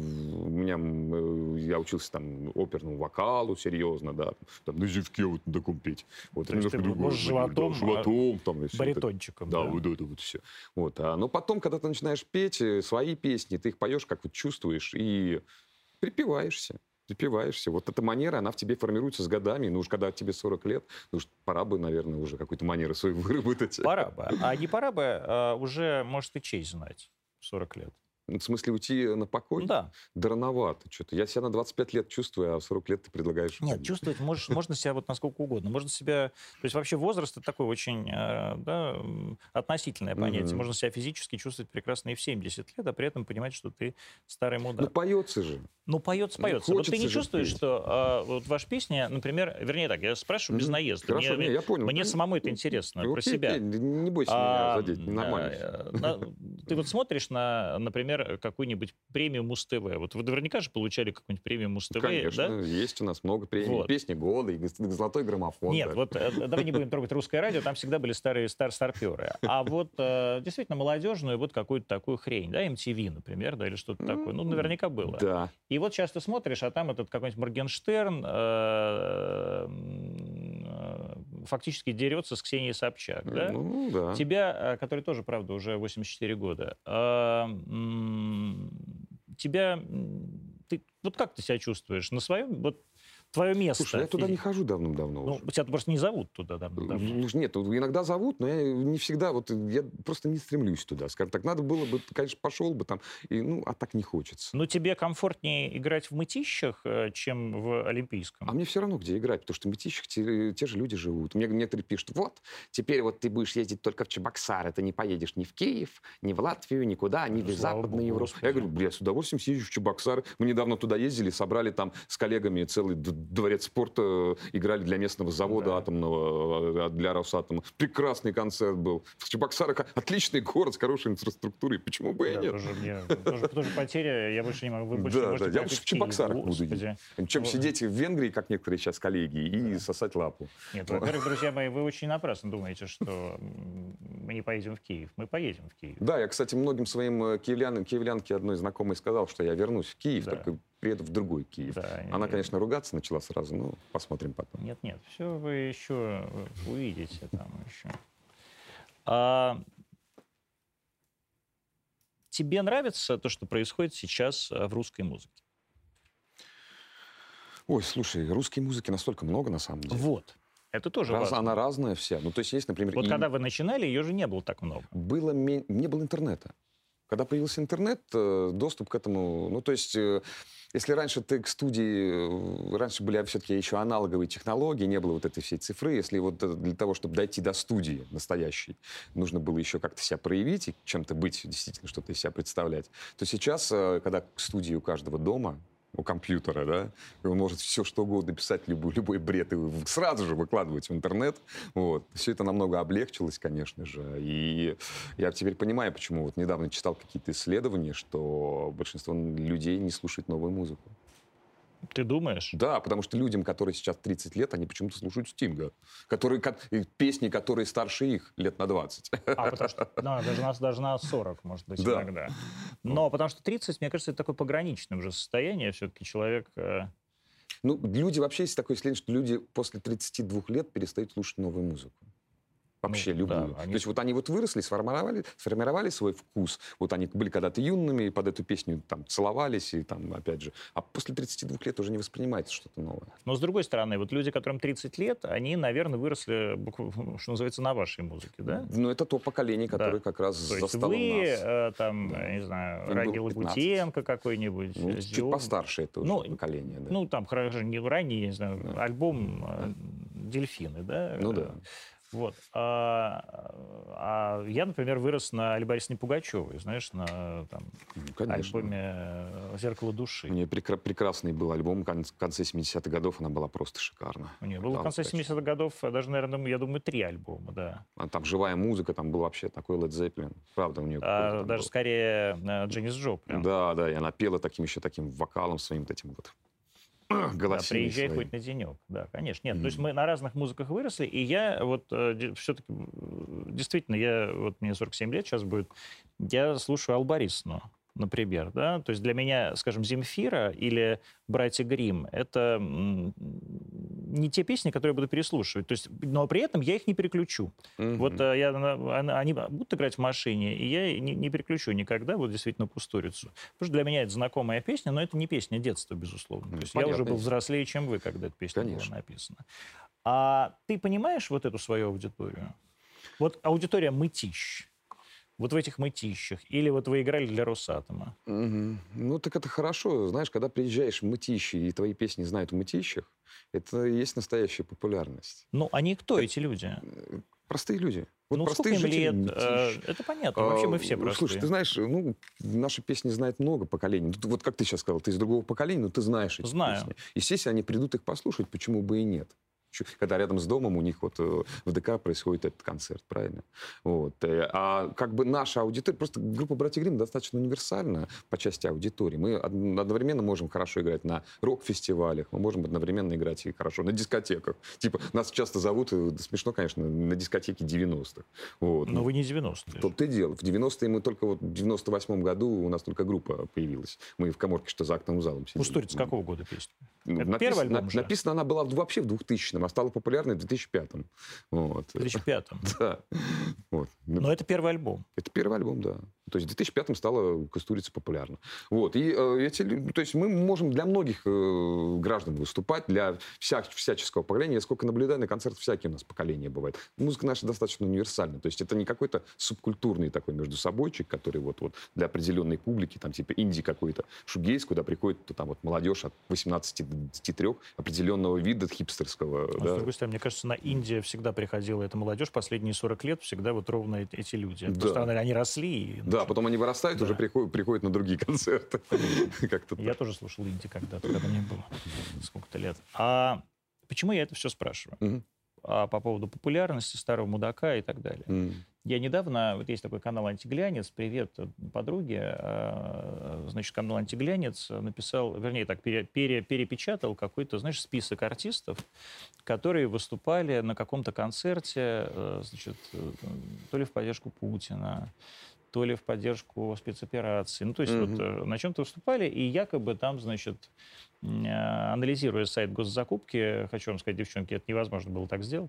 я учился там оперному вокалу серьезно, да, там на зевке вот на таком петь. Вот, То есть ты можешь животом, животом там, и все баритончиком. да, вот это вот все. Вот. Но потом, когда ты начинаешь петь свои песни, ты их поешь, как вот чувствуешь, и припеваешься. Припеваешься. Вот эта манера, она в тебе формируется с годами. Ну уж когда тебе 40 лет, ну уж пора бы, наверное, уже какую-то манеру свою выработать. Пора бы. А не пора бы уже, может, и честь знать в 40 лет? В смысле, уйти на покой? Да. Да рановато что-то. Я себя на 25 лет чувствую, а в 40 лет ты предлагаешь... Нет, чувствовать можно себя вот насколько угодно. Можно себя... То есть вообще возраст — это такое очень да, относительное понятие. Можно себя физически чувствовать прекрасно и в 70 лет, а при этом понимать, что ты старый мудак. Ну, поется же. Ну, поется. Вот ты не чувствуешь, петь. что вот ваша песня, например, вернее так, я спрашиваю без наезда. Хорошо, я понял. Мне самому это интересно, про Окей, себя. не бойся меня задеть, нормально. Ты вот смотришь на, например, какую-нибудь премию Муз-ТВ. Вот вы наверняка же получали какую-нибудь премию Муз-ТВ, Конечно, да? есть у нас много премий. Вот. Песни года, и золотой граммофон. Нет, так. вот давай не будем трогать русское радио, там всегда были старые старперы. А вот действительно молодежную вот какую-то такую хрень, да, MTV, например, да, или что-то такое. Ну, наверняка было. Да. И вот сейчас ты смотришь, а там этот какой-нибудь Моргенштерн фактически дерется с Ксенией Собчак, да? Ну, да. Тебя, который тоже, правда, уже 84 года, тебя... Ты, вот как ты себя чувствуешь? На своем... Вот, твое место. Слушай, я туда не хожу давным-давно Ну, уже. тебя просто не зовут туда давно. Нет, иногда зовут, но я не всегда, вот я просто не стремлюсь туда. Скажем так, надо было бы, конечно, пошел бы там, а так не хочется. Но тебе комфортнее играть в мытищах, чем в Олимпийском? А мне все равно, где играть, потому что в мытищах те же люди живут. Мне некоторые пишут, вот, теперь вот ты будешь ездить только в Чебоксары, ты не поедешь ни в Киев, ни в Латвию, никуда, ни в Западную Европу. Я говорю, я с удовольствием съезжу в Чебоксары. Мы недавно туда ездили, собрали там с коллегами целый дворец спорта, играли для местного завода атомного, для Росатома. Прекрасный концерт был. В Чебоксарах отличный город с хорошей инфраструктурой. Почему бы и нет? Тоже потеря, я больше не могу. Вы больше Да, не можете я лучше в Чебоксарах буду. Господи. Чем сидеть в Венгрии, как некоторые сейчас коллеги, и сосать лапу. Нет, во-первых, друзья мои, вы очень напрасно думаете, что мы не поедем в Киев. Мы поедем в Киев. Да, я, кстати, многим своим киевлянке одной знакомой сказал, что я вернусь в Киев, Да. только приеду в другой Киев. Да, Она, конечно, ругаться начала сразу, но посмотрим потом. Нет, все вы еще увидите там еще. Тебе нравится то, что происходит сейчас в русской музыке? Ой, слушай, русской музыки настолько много, на самом деле. Вот. Это тоже важно. Она разная вся. Ну, то есть есть, например... Вот когда вы начинали, ее же не было так много. Не было интернета. Когда появился интернет, доступ к этому... Ну, то есть... Если раньше ты к студии, раньше были все-таки еще аналоговые технологии, не было вот этой всей цифры, если вот для того, чтобы дойти до студии настоящей, нужно было еще как-то себя проявить и чем-то быть, действительно что-то из себя представлять, то сейчас, когда к студии у каждого дома, у компьютера, да, и он может все что угодно писать, любой бред, и сразу же выкладывать в интернет. Вот. Все это намного облегчилось, конечно же. И я теперь понимаю, почему вот недавно читал какие-то исследования, что большинство людей не слушает новую музыку. Ты думаешь? Да, потому что людям, которые сейчас 30 лет, они почему-то слушают Стинга. Песни, которые старше их лет на 20. Потому что даже на 40, может быть, Да. иногда. Но потому что 30, мне кажется, это такое пограничное уже состояние. Все-таки человек... Ну, люди, вообще есть такое исследование, что люди после 32 лет перестают слушать новую музыку. Вообще любую. Да, То есть вот они вот выросли, сформировали свой вкус. Вот они были когда-то юными, и под эту песню там целовались, и там, опять же. А после 32 лет уже не воспринимается что-то новое. Но, с другой стороны, вот люди, которым 30 лет, они, наверное, выросли, что называется, на вашей музыке, да? Ну, это то поколение, которое как раз То есть застало вы, нас. там, не знаю, Им было Раги 15. Лагутенко какой-нибудь. Ну, чуть постарше это уже поколение, да. Ну, там, хорошо, не ранее, я не знаю, альбом «Дельфины», да? Ну, да. Вот. Я, например, вырос на Алле Борисовне Пугачевой, знаешь, на там, Конечно. альбоме «Зеркало души». У нее прекрасный был альбом в конце 70-х годов, она была просто шикарна. У нее было в конце 70-х годов даже, наверное, я думаю, 3 альбома, да. Там живая музыка, там был вообще такой Led Zeppelin. Правда, у нее Даже был. скорее Дженнис Джоплин. Да, и она пела еще таким вокалом своим вот этим вот. Да, Голосиной приезжай своей. хоть на денек. Да, конечно. Нет, то есть мы на разных музыках выросли, и я вот все-таки, действительно, мне 47 лет сейчас будет, я слушаю Аллу Борисовну, например, да, то есть для меня, скажем, Земфира или «Братья Гримм» — это не те песни, которые я буду переслушивать, то есть, но при этом я их не переключу. Вот они будут играть в машине, и я не переключу никогда, вот действительно, Кустурицу. Потому что для меня это знакомая песня, но это не песня детства, безусловно. То есть я уже был взрослее, чем вы, когда эта песня была написана. А ты понимаешь вот эту свою аудиторию? Вот аудитория мытищ. Вот в этих мытищах. Или вот вы играли для Росатома. Ну, так это хорошо. Знаешь, когда приезжаешь в мытищи, и твои песни знают в мытищах, это и есть настоящая популярность. Ну, они кто, эти люди? Простые люди. Вот Ну, простые сколько им жители лет? Мытищ. Это понятно. Вообще мы все простые. Слушай, ты знаешь, наши песни знает много поколений. Вот как ты сейчас сказал, ты из другого поколения, но ты знаешь эти песни. Естественно, они придут их послушать, почему бы и нет. Когда рядом с домом у них вот в ДК происходит этот концерт, правильно? Вот. А как бы наша аудитория, просто группа «Братья Гримм» достаточно универсальна по части аудитории. Мы одновременно можем хорошо играть на рок-фестивалях, мы можем одновременно играть и хорошо на дискотеках. Типа нас часто зовут, смешно, конечно, на дискотеке 90-х. Вот. Но вы не 90-е. То-то и дело. В 90-е мы только вот в 98-м году у нас только группа появилась. Мы в каморке, что за актовым залом сидели. Кустурица какого года песня? Это первый альбом же? Написана она была вообще в 2000-м, а стала популярной в 2005-м. Вот. В 2005-м? Да. Вот. Но это первый альбом. Это первый альбом, да. То есть в 2005-м стала Кустурица популярна. Вот. И то есть мы можем для многих граждан выступать, для всяческого поколения. Я сколько наблюдаю на концертах, всякие у нас поколения бывают. Музыка наша достаточно универсальна. То есть это не какой-то субкультурный такой между собойчик, который вот для определенной публики, там типа инди какой-то, шугейс, куда приходит там вот молодежь от 18 до 23 определенного вида хипстерского. А с другой стороны, мне кажется, на Индию всегда приходила эта молодежь последние 40 лет, всегда вот ровно эти люди. Да. Просто они росли. Да, потом они вырастают, уже приходят на другие концерты. Я тоже слушал инди когда-то, когда мне было сколько-то лет. А почему я это все спрашиваю? По поводу популярности, старого мудака и так далее. Я недавно, вот есть такой канал «Антиглянец», привет подруге, значит, канал «Антиглянец» написал, вернее, так, перепечатал какой-то, знаешь, список артистов, которые выступали на каком-то концерте, значит, то ли в поддержку Путина, то ли в поддержку спецоперации. Ну, то есть вот на чем-то выступали, и якобы там, значит, анализируя сайт госзакупки, хочу вам сказать, девчонки, это невозможно было так сделать,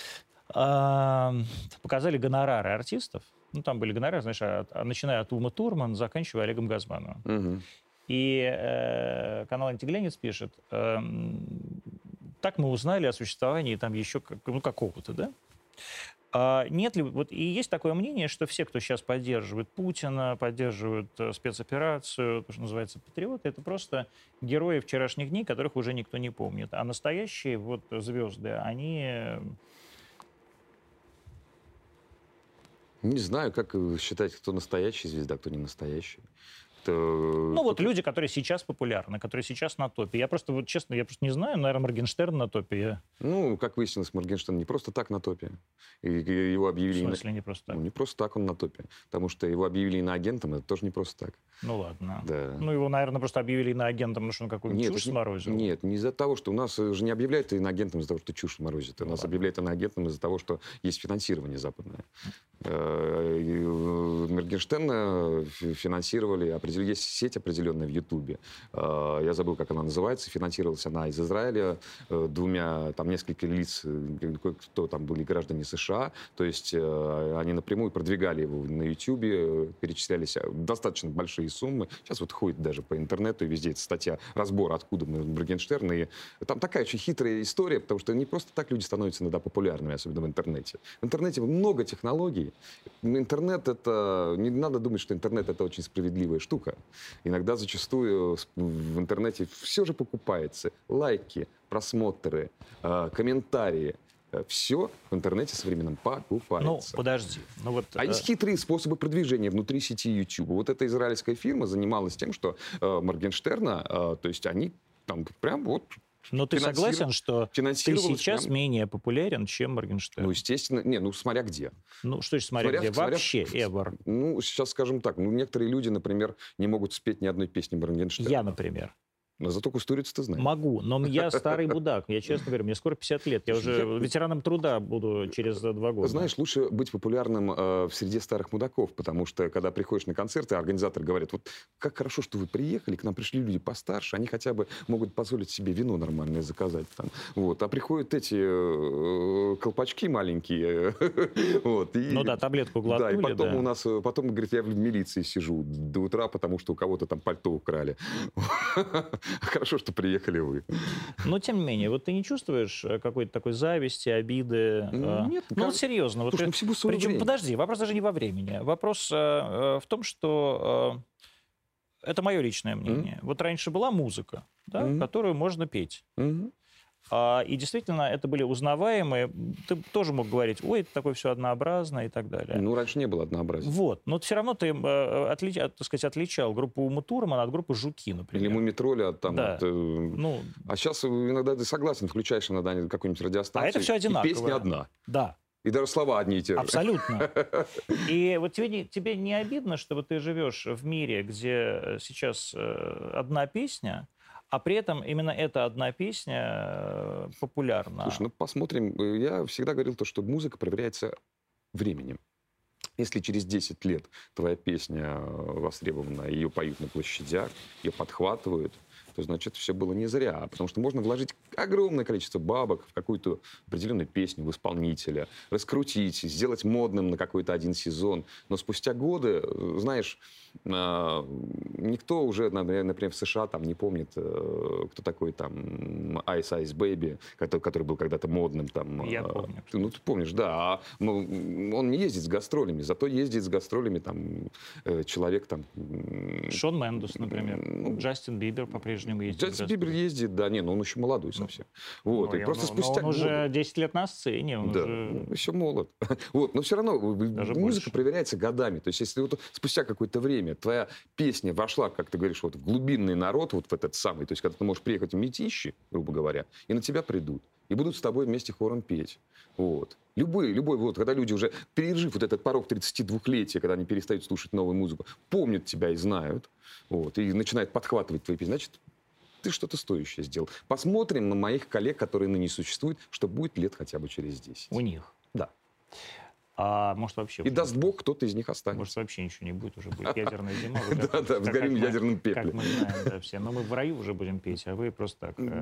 показали гонорары артистов. Ну, там были гонорары, знаешь, начиная от Умы Турман, заканчивая Олегом Газмановым. И канал «Антиглянец» пишет, так мы узнали о существовании там еще какого-то, да? Нет ли, вот и есть такое мнение, что все, кто сейчас поддерживает Путина, поддерживают спецоперацию, то, что называется патриоты, это просто герои вчерашних дней, которых уже никто не помнит. А настоящие вот звезды, они... Не знаю, как считать, кто настоящий звезда, кто не настоящий. Ну, вот люди, которые сейчас популярны, которые сейчас на топе. Я просто, вот честно, я просто не знаю, наверное, Моргенштерн на топе. Ну, как выяснилось, Моргенштерн не просто так на топе. И его объявили... В смысле не просто так? Ну, не просто так он на топе. Потому что его объявили иноагентом, это тоже не просто так. Ну, ладно. Да. Ну, его, наверное, просто объявили иноагентом, потому что он какую-нибудь чушь сморозил. Нет, не из-за того, что у нас же не объявляют иноагентом из-за того, что чушь морозит. У нас объявляют иноагентом из-за того, что есть финансирование западное. Моргенштерна финансировали, есть сеть определенная в Ютубе. Я забыл, как она называется. Финансировалась она из Израиля несколько лиц, кто там были граждане США. То есть они напрямую продвигали его на Ютубе, перечислялись достаточно большие суммы. Сейчас вот ходит даже по интернету, и везде эта статья, разбор, откуда Моргенштерн. И там такая очень хитрая история, потому что не просто так люди становятся иногда популярными, особенно в интернете. В интернете много технологий. Интернет — это... Не надо думать, что интернет — это очень справедливая штука. Иногда зачастую в интернете все же покупается. Лайки, просмотры, комментарии. Все в интернете современном покупается. Ну, подожди. Ну, вот, А есть хитрые способы продвижения внутри сети YouTube. Вот эта израильская фирма занималась тем, что Моргенштерна, то есть они там прям вот... Но ты согласен, что ты сейчас прям... менее популярен, чем Моргенштерн? Ну, естественно. Не, ну, смотря где. Ну, что же смотря где? Вообще, ever. Ну, сейчас скажем так. Ну, некоторые люди, например, не могут спеть ни одной песни Моргенштерна. Я, например. Но зато кустурицу ты знаешь. Могу, но я старый будак. Я честно говорю, мне скоро 50 лет. Я уже ветераном труда буду через 2 года. Знаешь, лучше быть популярным в среде старых мудаков, потому что, когда приходишь на концерты, организаторы говорят, вот как хорошо, что вы приехали, к нам пришли люди постарше, они хотя бы могут позволить себе вино нормальное заказать. Там. Вот. А приходят эти колпачки маленькие. Вот, и, ну да, таблетку глотнули. Да, и потом да. у нас, потом, говорит, я в милиции сижу до утра, потому что у кого-то там пальто украли. Хорошо, что приехали вы. Но, тем не менее, вот ты не чувствуешь какой-то такой зависти, обиды? Нет. Ну, вот серьезно. Слушай, вот, всего свое причем, время. подожди, вопрос даже не во времени. Вопрос в том, что это мое личное мнение. Вот раньше была музыка, да, которую можно петь. И действительно, это были узнаваемые. Ты тоже мог говорить, ой, это такое все однообразное и так далее. Ну, раньше не было однообразия. Вот. Но все равно ты так сказать, отличал группу Уму Турман от группы Жуки, например. Или Мумитроля. Там, да. Ну... А сейчас иногда ты согласен, включаешь иногда какую-нибудь радиостанцию, а это все одинаково. И песня одна. Да. И даже слова одни и те же. Абсолютно. И вот тебе не обидно, что вот ты живешь в мире, где сейчас одна песня, а при этом именно эта одна песня популярна? Слушай, ну посмотрим. Я всегда говорил то, что музыка проверяется временем. Если через 10 лет твоя песня востребована, ее поют на площадях, ее подхватывают, то, значит, все было не зря. Потому что можно вложить огромное количество бабок в какую-то определенную песню, в исполнителя, раскрутить, сделать модным на какой-то один сезон. Но спустя годы, знаешь, никто уже, например, в США там не помнит, кто такой там Ice Ice Baby, который был когда-то модным. Там, я помню. Ну, ты помнишь, да. Он не ездит с гастролями, зато ездит с гастролями там человек там... Шон Мендес, например. Джастин Бибер по-прежнему ездит. Джастин Бибер ездит, да, но он еще молодой совсем. Вот, и просто спустя он уже 10 лет на сцене. Он да, уже... еще молод. Вот, но все равно даже музыка больше. проверяется годами. То есть если вот спустя какое-то время твоя песня вошла, как ты говоришь, вот в глубинный народ, вот в этот самый, то есть когда ты можешь приехать в Мытищи, грубо говоря, и на тебя придут, и будут с тобой вместе хором петь. Вот. Любой, вот, когда люди уже, пережив вот этот порог 32-летия, когда они перестают слушать новую музыку, помнят тебя и знают, вот, и начинают подхватывать твои песни, значит, ты что-то стоящее сделал. Посмотрим на моих коллег, которые ныне существуют, что будет лет хотя бы через 10. У них? Да. А может вообще... И даст Бог, кто-то из них останется. Может вообще ничего не будет, уже будет ядерная зима. Да, сгорим в ядерном пепле. Как мы знаем, да, все. Но мы в раю уже будем петь, а вы просто так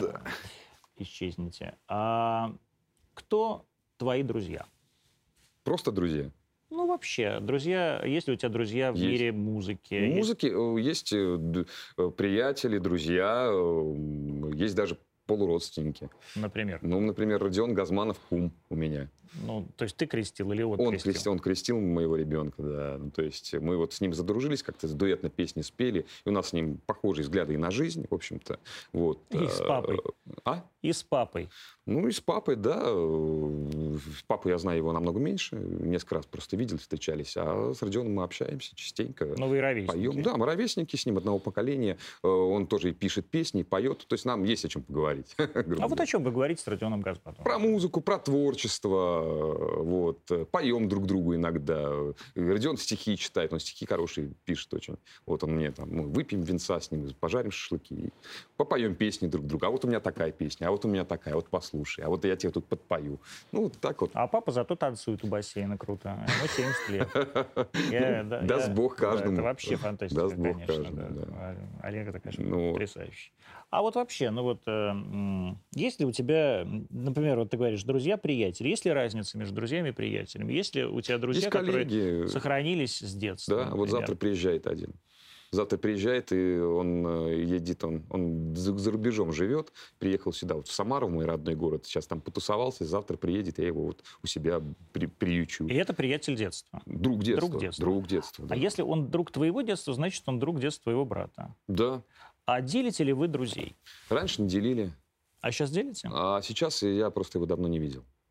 исчезнете. А кто твои друзья? Просто друзья. Ну, вообще, друзья, есть ли у тебя друзья в мире музыки? В музыке есть приятели, друзья, есть даже полуродственники. Например? Ну, например, Родион Газманов, кум у меня. Ну, то есть ты крестил или он крестил? Он крестил моего ребенка, да. Ну, то есть мы вот с ним задружились, как-то дуэтно песни спели, и у нас с ним похожие взгляды и на жизнь, в общем-то. Вот. И с папой? А? И с папой? Ну, и с папой, да. Папу я знаю его намного меньше. Несколько раз просто видели, встречались. А с Родионом мы общаемся частенько. Ну, вы ровесники. Поем. Да, мы ровесники с ним одного поколения. Он тоже и пишет песни, и поет. То есть нам есть о чем поговорить. А вот о чем вы говорите с Родионом Газмановым? Про музыку, про творчество. Вот. Поем друг другу иногда. Родион стихи читает. Он стихи хорошие пишет очень. Вот он мне там, мы выпьем винца с ним, пожарим шашлыки. Попоем песни друг другу. А вот у меня такая песня, а вот у меня такая, вот послушай. А вот я тебе тут подпою. Ну, вот так вот. А папа зато танцует у бассейна круто. Ему 70 лет. Даст Бог каждому. Это вообще фантастика, Даст Бог конечно. каждому, да. Олег, это, конечно, потрясающе. А вот вообще, ну вот, есть ли у тебя, например, вот ты говоришь, друзья-приятели, есть ли разница между друзьями и приятелями? Есть ли у тебя друзья, которые сохранились с детства? Да, вот завтра приезжает один. Завтра приезжает, и он едет, он за рубежом живет, приехал сюда, вот в Самару, в мой родной город, сейчас там потусовался, завтра приедет, я его вот у себя приючу. И это приятель детства? Друг детства. Друг детства. Да. А если он друг твоего детства, значит, он друг детства твоего брата? Да. А делите ли вы друзей? Раньше не делили. А сейчас делите? А сейчас я просто его давно не видел.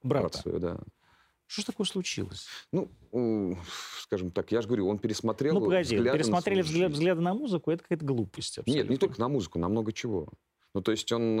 Брата. свою, да. Что ж такое случилось? Ну, скажем так, я же говорю, он пересмотрел Ну, погоди, взгляды на пересмотрели свою жизнь. взгляды на музыку, это какая-то глупость абсолютно. Нет, не только на музыку, на много чего. Ну, то есть он,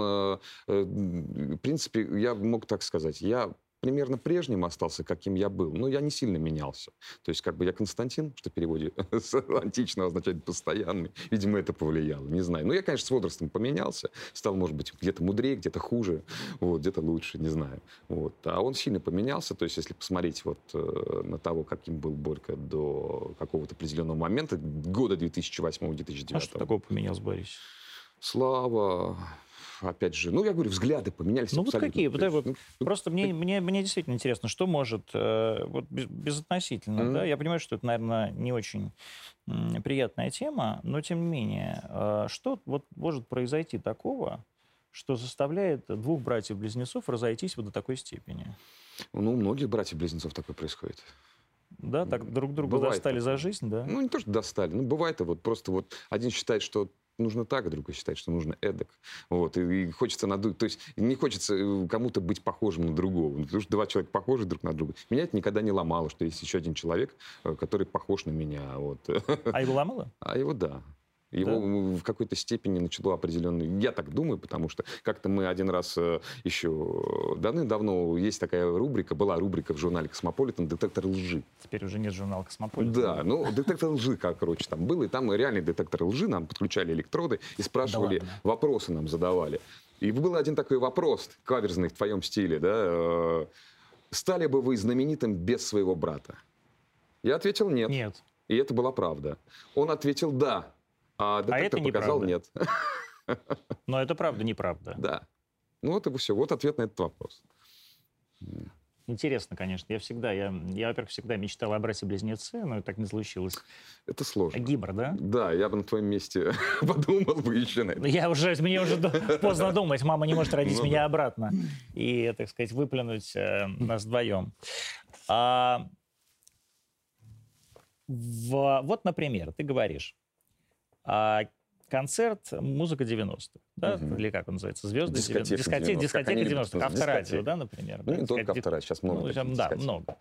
в принципе, я мог так сказать, я примерно прежним остался, каким я был. Но я не сильно менялся. То есть как бы я Константин, что в переводе с античного означает постоянный. Видимо, это повлияло, не знаю. Ну, я, конечно, с возрастом поменялся. Стал, может быть, где-то мудрее, где-то хуже, вот, где-то лучше, не знаю. Вот. А он сильно поменялся. То есть если посмотреть вот на того, каким был Борька до какого-то определенного момента, года 2008-2009. А что такого поменялось, Борис? Слава, опять же, ну, я говорю, взгляды поменялись Ну, вот абсолютно. какие? То есть, Вот просто мне действительно интересно, что может, вот безотносительно, да, я понимаю, что это, наверное, не очень приятная тема, но тем не менее, что вот может произойти такого, что заставляет двух братьев-близнецов разойтись вот до такой степени? ну, у многих братьев-близнецов такое происходит. Да, так друг друга Бывает достали такое. за жизнь, да? Ну, не то, что достали. Ну, бывает, вот просто вот один считает, что нужно так, а другой считает, что нужно эдак. Вот, и хочется надуть. То есть не хочется кому-то быть похожим на другого. Потому что два человека похожи друг на друга. Меня это никогда не ломало, что есть еще один человек, который похож на меня. Вот. А его ломало? А его, да. Его в какой-то степени начало определенный... Я так думаю, потому что как-то мы один раз еще давным-давно... Есть такая рубрика, была рубрика в журнале «Космополитен» «Детектор лжи». Теперь уже нет журнала «Космополитен». Да, ну, детектор лжи, короче, там был. И там реальный детектор лжи. Нам подключали электроды и спрашивали, Да ладно? вопросы нам задавали. И был один такой вопрос, каверзный в твоем стиле, да? Стали бы вы знаменитым без своего брата? Я ответил нет. Нет. И это была правда. Он ответил да. А детектор это показал неправда. нет. Но это правда, неправда. Да. Ну вот и все. Вот ответ на этот вопрос. Интересно, конечно. Я, во-первых, всегда мечтал о брате-близнеце, но так не случилось. Это сложно. Гибр, да? Да, я бы на твоем месте подумал бы еще на это. Мне уже поздно думать. Мама не может родить Ну меня да. обратно и, так сказать, выплюнуть нас вдвоем. Вот, например, ты говоришь, концерт «Музыка 90-х», да? Или как он называется? «Звезды Дискотека 90-х». Авторадио, дискотека. да, например? Ну, да? не только авторадио, сейчас много Ну, таких да, дискотек. много.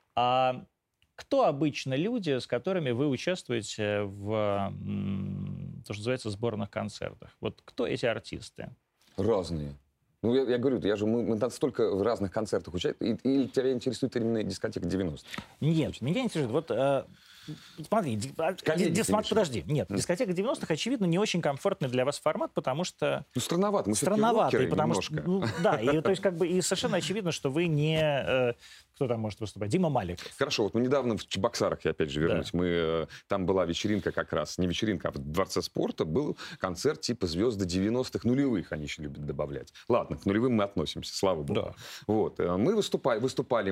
Кто обычно люди, с которыми вы участвуете в, то, что называется, сборных концертах? Вот кто эти артисты? Разные. Ну, я говорю, мы настолько в разных концертах участвуем. Или тебя интересует именно дискотека 90-х? Нет, меня интересует, вот смотри, Коллеги, подожди, нет, дискотека 90-х, очевидно, не очень комфортный для вас формат, потому что... Ну, странновато. Мы все-таки Странноватый, рокеры потому немножко. что, ну, да, и, то есть, как бы, и совершенно очевидно, что вы не... Кто там может выступать? Дима Маликов. Хорошо, вот мы недавно в Чебоксарах, я опять же вернусь, там была вечеринка как раз, не вечеринка, а в Дворце спорта был концерт типа «Звезды 90-х», нулевых они еще любят добавлять. Ладно, к нулевым мы относимся, слава богу. Да. Вот, мы выступал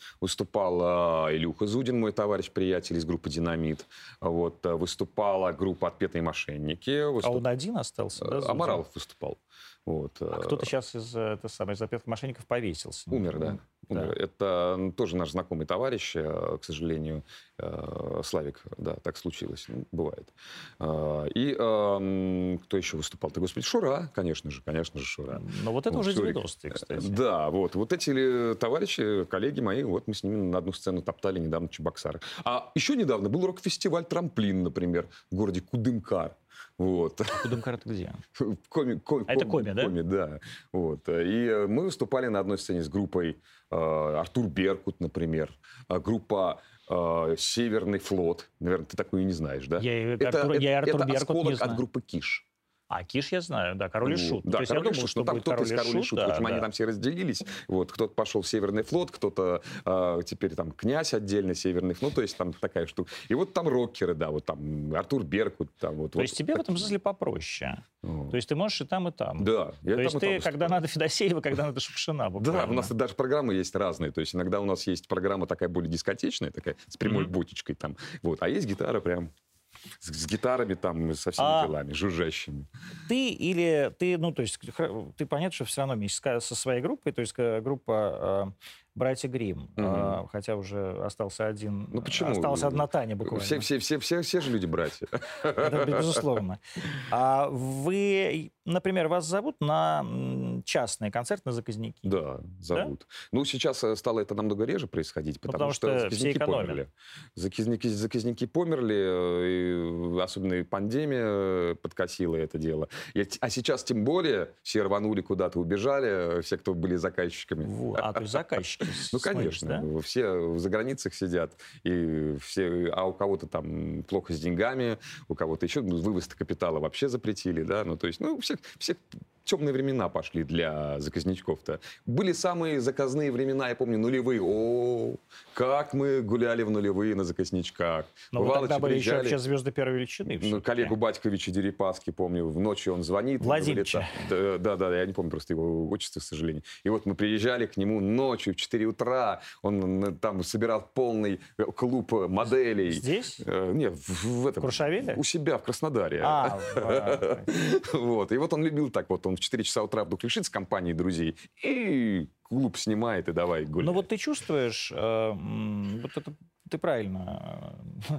Илюха Зудин, мой товарищ, приятель из группы «Динамит», вот, выступала группа «Отпетые мошенники». А он один остался, да? Зудин? Амаралов выступал. Вот. А кто-то сейчас из «Запетых мошенников» повесился. Умер, да. Да. Умер. Это тоже наш знакомый товарищ, к сожалению, Славик, да, так случилось, ну, бывает. И кто еще выступал? Ты, господи, Шура, конечно же, Шура. Но вот это Вот, уже Шурик. 90-е, кстати. Да, вот эти товарищи, коллеги мои, вот мы с ними на одну сцену топтали недавно в Чебоксарах. А еще недавно был рок-фестиваль «Трамплин», например, в городе Кудымкар. Вот. Кудымкар это где? Это Коми, да? Коми, да. Вот. И мы выступали на одной сцене с группой Артур Беркут, например, группа «Северный флот». Наверное, ты такую не знаешь, да? Я Артур Беркут осколок не знаю. от группы «Киш». А Киш я знаю, да, «Король и Шут». Да, То есть я «Король и думал, Шут». что Ну, там будет кто-то из «Король и Шут». В общем, да, они да. там все разделились. Вот, кто-то пошел в «Северный флот», кто-то теперь там «Князь» отдельно, «Северный флот». Ну, то есть там такая штука. И вот там рокеры, да, вот там Артур Беркут. Там, вот, То есть тебе в этом смысле попроще. То есть ты можешь и там, и там. Да. Я То там есть и там ты, выступаю. когда надо Федосеева, когда надо Шукшина, буквально. Да, у нас даже программы есть разные. То есть иногда у нас есть программа такая более дискотечная, такая с прямой бочечкой там. Вот. А есть гитара прям с гитарами там, со всеми делами, жужжащими. Ну, то есть ты понятно, что все равно вместе со своей группой, то есть группа «Братья Гримм», хотя уже остался один... Ну почему? Осталась одна Таня буквально. Все же люди-братья. Это безусловно. А вы, например, вас зовут на частные концерты на заказники. Да, зовут. Ну, сейчас стало это намного реже происходить, потому что заказники померли. Заказники померли, и особенно и пандемия подкосила это дело. А сейчас тем более все рванули куда-то, убежали, все, кто были заказчиками. Вот. То есть заказчики. Ну, конечно. Да? Все за границах сидят, и все, а у кого-то там плохо с деньгами, у кого-то еще вывоз капитала вообще запретили, да, ну, то есть, ну, все темные времена пошли для заказничков-то. Были самые заказные времена, я помню, нулевые. О, как мы гуляли в нулевые на заказничках. Но вы тогда были еще вообще звезды первой величины. Ну, коллегу Батьковича Дерипаски, помню, в ночь он звонит. Владимировича. Да, я не помню просто его отчество, к сожалению. И вот мы приезжали к нему ночью в 4 утра, он там собирал полный клуб моделей. Здесь? Нет, в этом. В Куршавеле? У себя, в Краснодаре. Вот. И вот он любил так вот, он в 4 часа утра вдруг решит с компанией друзей и клуб снимает и давай гулять. Ну вот ты чувствуешь, вот это ты правильно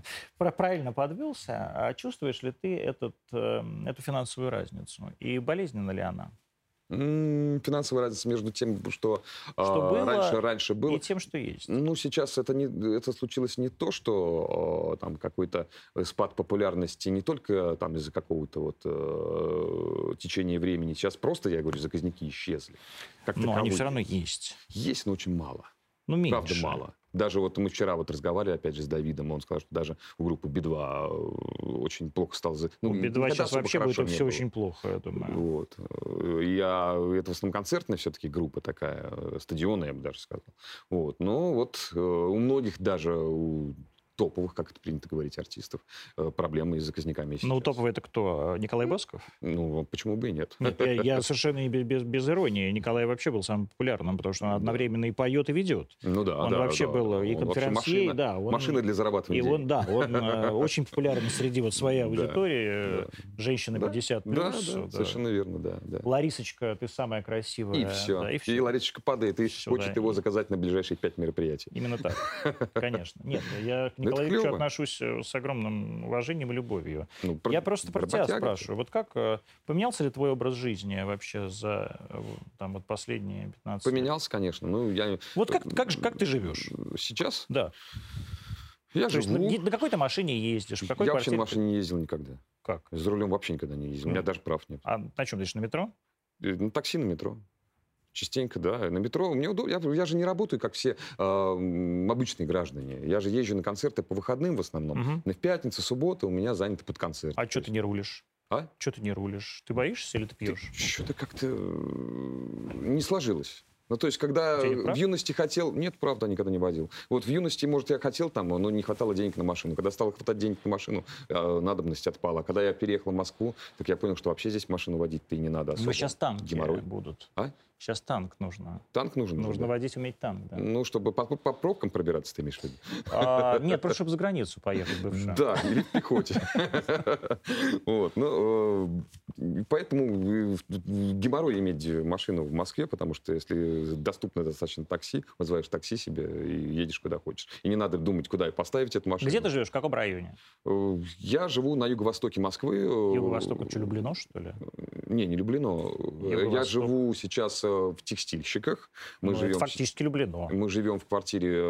подвелся, а чувствуешь ли ты эту финансовую разницу? И болезненна ли она? Финансовая разница между тем, что было, раньше было, и тем, что есть. Ну, сейчас это случилось не то, что там какой-то спад популярности не только там из-за какого-то вот течения времени. Сейчас просто, я говорю, заказники исчезли. Но они все равно есть. Есть, но очень мало. Ну, меньше. Правда, мало. Даже вот мы вчера вот разговаривали, опять же, с Давидом, он сказал, что даже у группы Би-2 очень плохо стало... Ну, Би-2 сейчас вообще будет все очень плохо, я думаю. Вот. Это в основном концертная все-таки группа такая, стадионная, я бы даже сказал. Вот. Но вот у многих даже... у топовых, как это принято говорить, артистов, проблемы с заказниками. Ну, топовый это кто? Николай Басков? Ну, почему бы и нет? Я совершенно без иронии. Николай вообще был самым популярным, потому что он одновременно и поет, и ведет. Ну да, он вообще был и конферансье, да. Машина для зарабатывания денег. Да, он очень популярен среди вот своей аудитории, женщины 50 плюс. Да, совершенно верно, да. Ларисочка, ты самая красивая. И все. И Ларисочка падает, и хочет его заказать на ближайшие 5 мероприятий. Именно так, конечно. Нет, я к Николаю Ильичу отношусь с огромным уважением и любовью. Я просто про тебя спрашиваю. Вот как поменялся ли твой образ жизни вообще за там, вот последние 15 лет? Поменялся, конечно. Вот как ты живешь? Сейчас? Да. Я живу. На какой-то машине ездишь? Я вообще на машине не ездил никогда. Как? За рулем вообще никогда не ездил. У меня даже прав нет. А на чем ты едешь? На метро? На такси, на метро. Частенько, да. На метро мне удобно. Я же не работаю, как все обычные граждане. Я же езжу на концерты по выходным в основном. В пятницу, субботу у меня заняты под концерт. А что ты не рулишь? А? Что ты не рулишь? Ты боишься или ты пьешь? Что-то как-то не сложилось. Ну, то есть, когда в юности хотел... Нет, правда, никогда не водил. Вот в юности, может, я хотел там, но не хватало денег на машину. Когда стало хватать денег на машину, надобность отпала. А когда я переехал в Москву, так я понял, что вообще здесь машину водить-то и не надо особо. Ну, сейчас танки геморрой будут. А? Сейчас танк нужно. Танк нужен? Нужно водить, уметь танк, да. Ну, чтобы по пробкам пробираться, ты имеешь в виду? Нет, просто чтобы за границу поехать бывшая. Да, или в пехоте. Вот, ну, поэтому геморрой иметь машину в Москве, потому что если доступно достаточно такси, вызываешь такси себе и едешь куда хочешь. И не надо думать, куда поставить эту машину. Где ты живешь? В каком районе? Я живу на юго-востоке Москвы. Юго-восток, что, Люблино, что ли? Не Люблино. Я живу сейчас в текстильщиках. Это фактически Люблино. Мы живем в квартире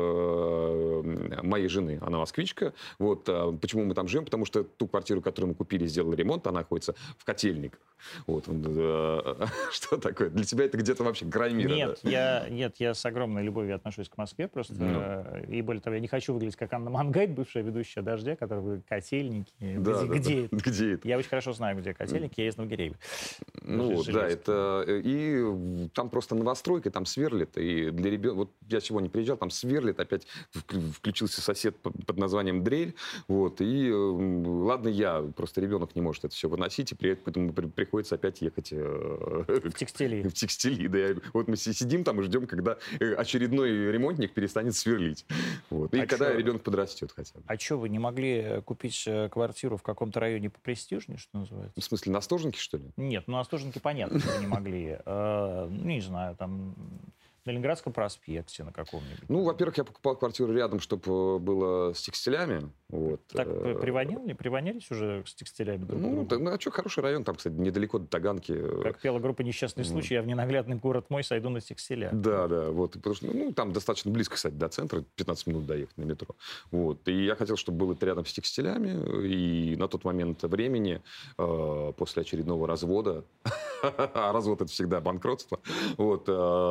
моей жены, она москвичка. Вот почему мы там живем, потому что ту квартиру, которую мы купили, сделали ремонт, она находится в Котельниках. Вот. Что такое? Для тебя это где-то вообще край мира? Нет, я с огромной любовью отношусь к Москве просто. И более того, я не хочу выглядеть как Анна Мангайт, бывшая ведущая «Дождя», которая говорит «Котельники». Где это? Где это? Я очень хорошо знаю, где Котельники, я из Новогиреева. Ну вот, да, это... И там просто новостройка, там сверлит. И для ребенка... Вот я сегодня приезжал, там сверлит, опять включился сосед под названием Дрель. Вот, и ладно, просто ребенок не может это все выносить, и поэтому приходится опять ехать в текстили. В текстили, да. Вот мы сидим там и ждем, когда очередной ремонтник перестанет сверлить. Вот. И когда ребенок подрастет хотя бы. А что, вы не могли купить квартиру в каком-то районе попрестижнее, что называется? В смысле, на Остоженке, что ли? Нет, на Остоженке понятно, что вы не могли. Не знаю, там... На Ленинградском проспекте на каком-нибудь. Ну, во-первых, я покупал квартиру рядом, чтобы было с текстилями. Вот. Так привонялись уже с текстилями друг к Ну, другу? а что, хороший район, там, кстати, недалеко до Таганки. Как пела группа «Несчастный случай», я в ненаглядный город мой сойду на текстиля. Да, вот, потому что, ну, там достаточно близко, кстати, до центра, 15 минут доехать на метро. Вот, и я хотел, чтобы было это рядом с текстилями, и на тот момент времени, после очередного развода, а развод — это всегда банкротство, вот,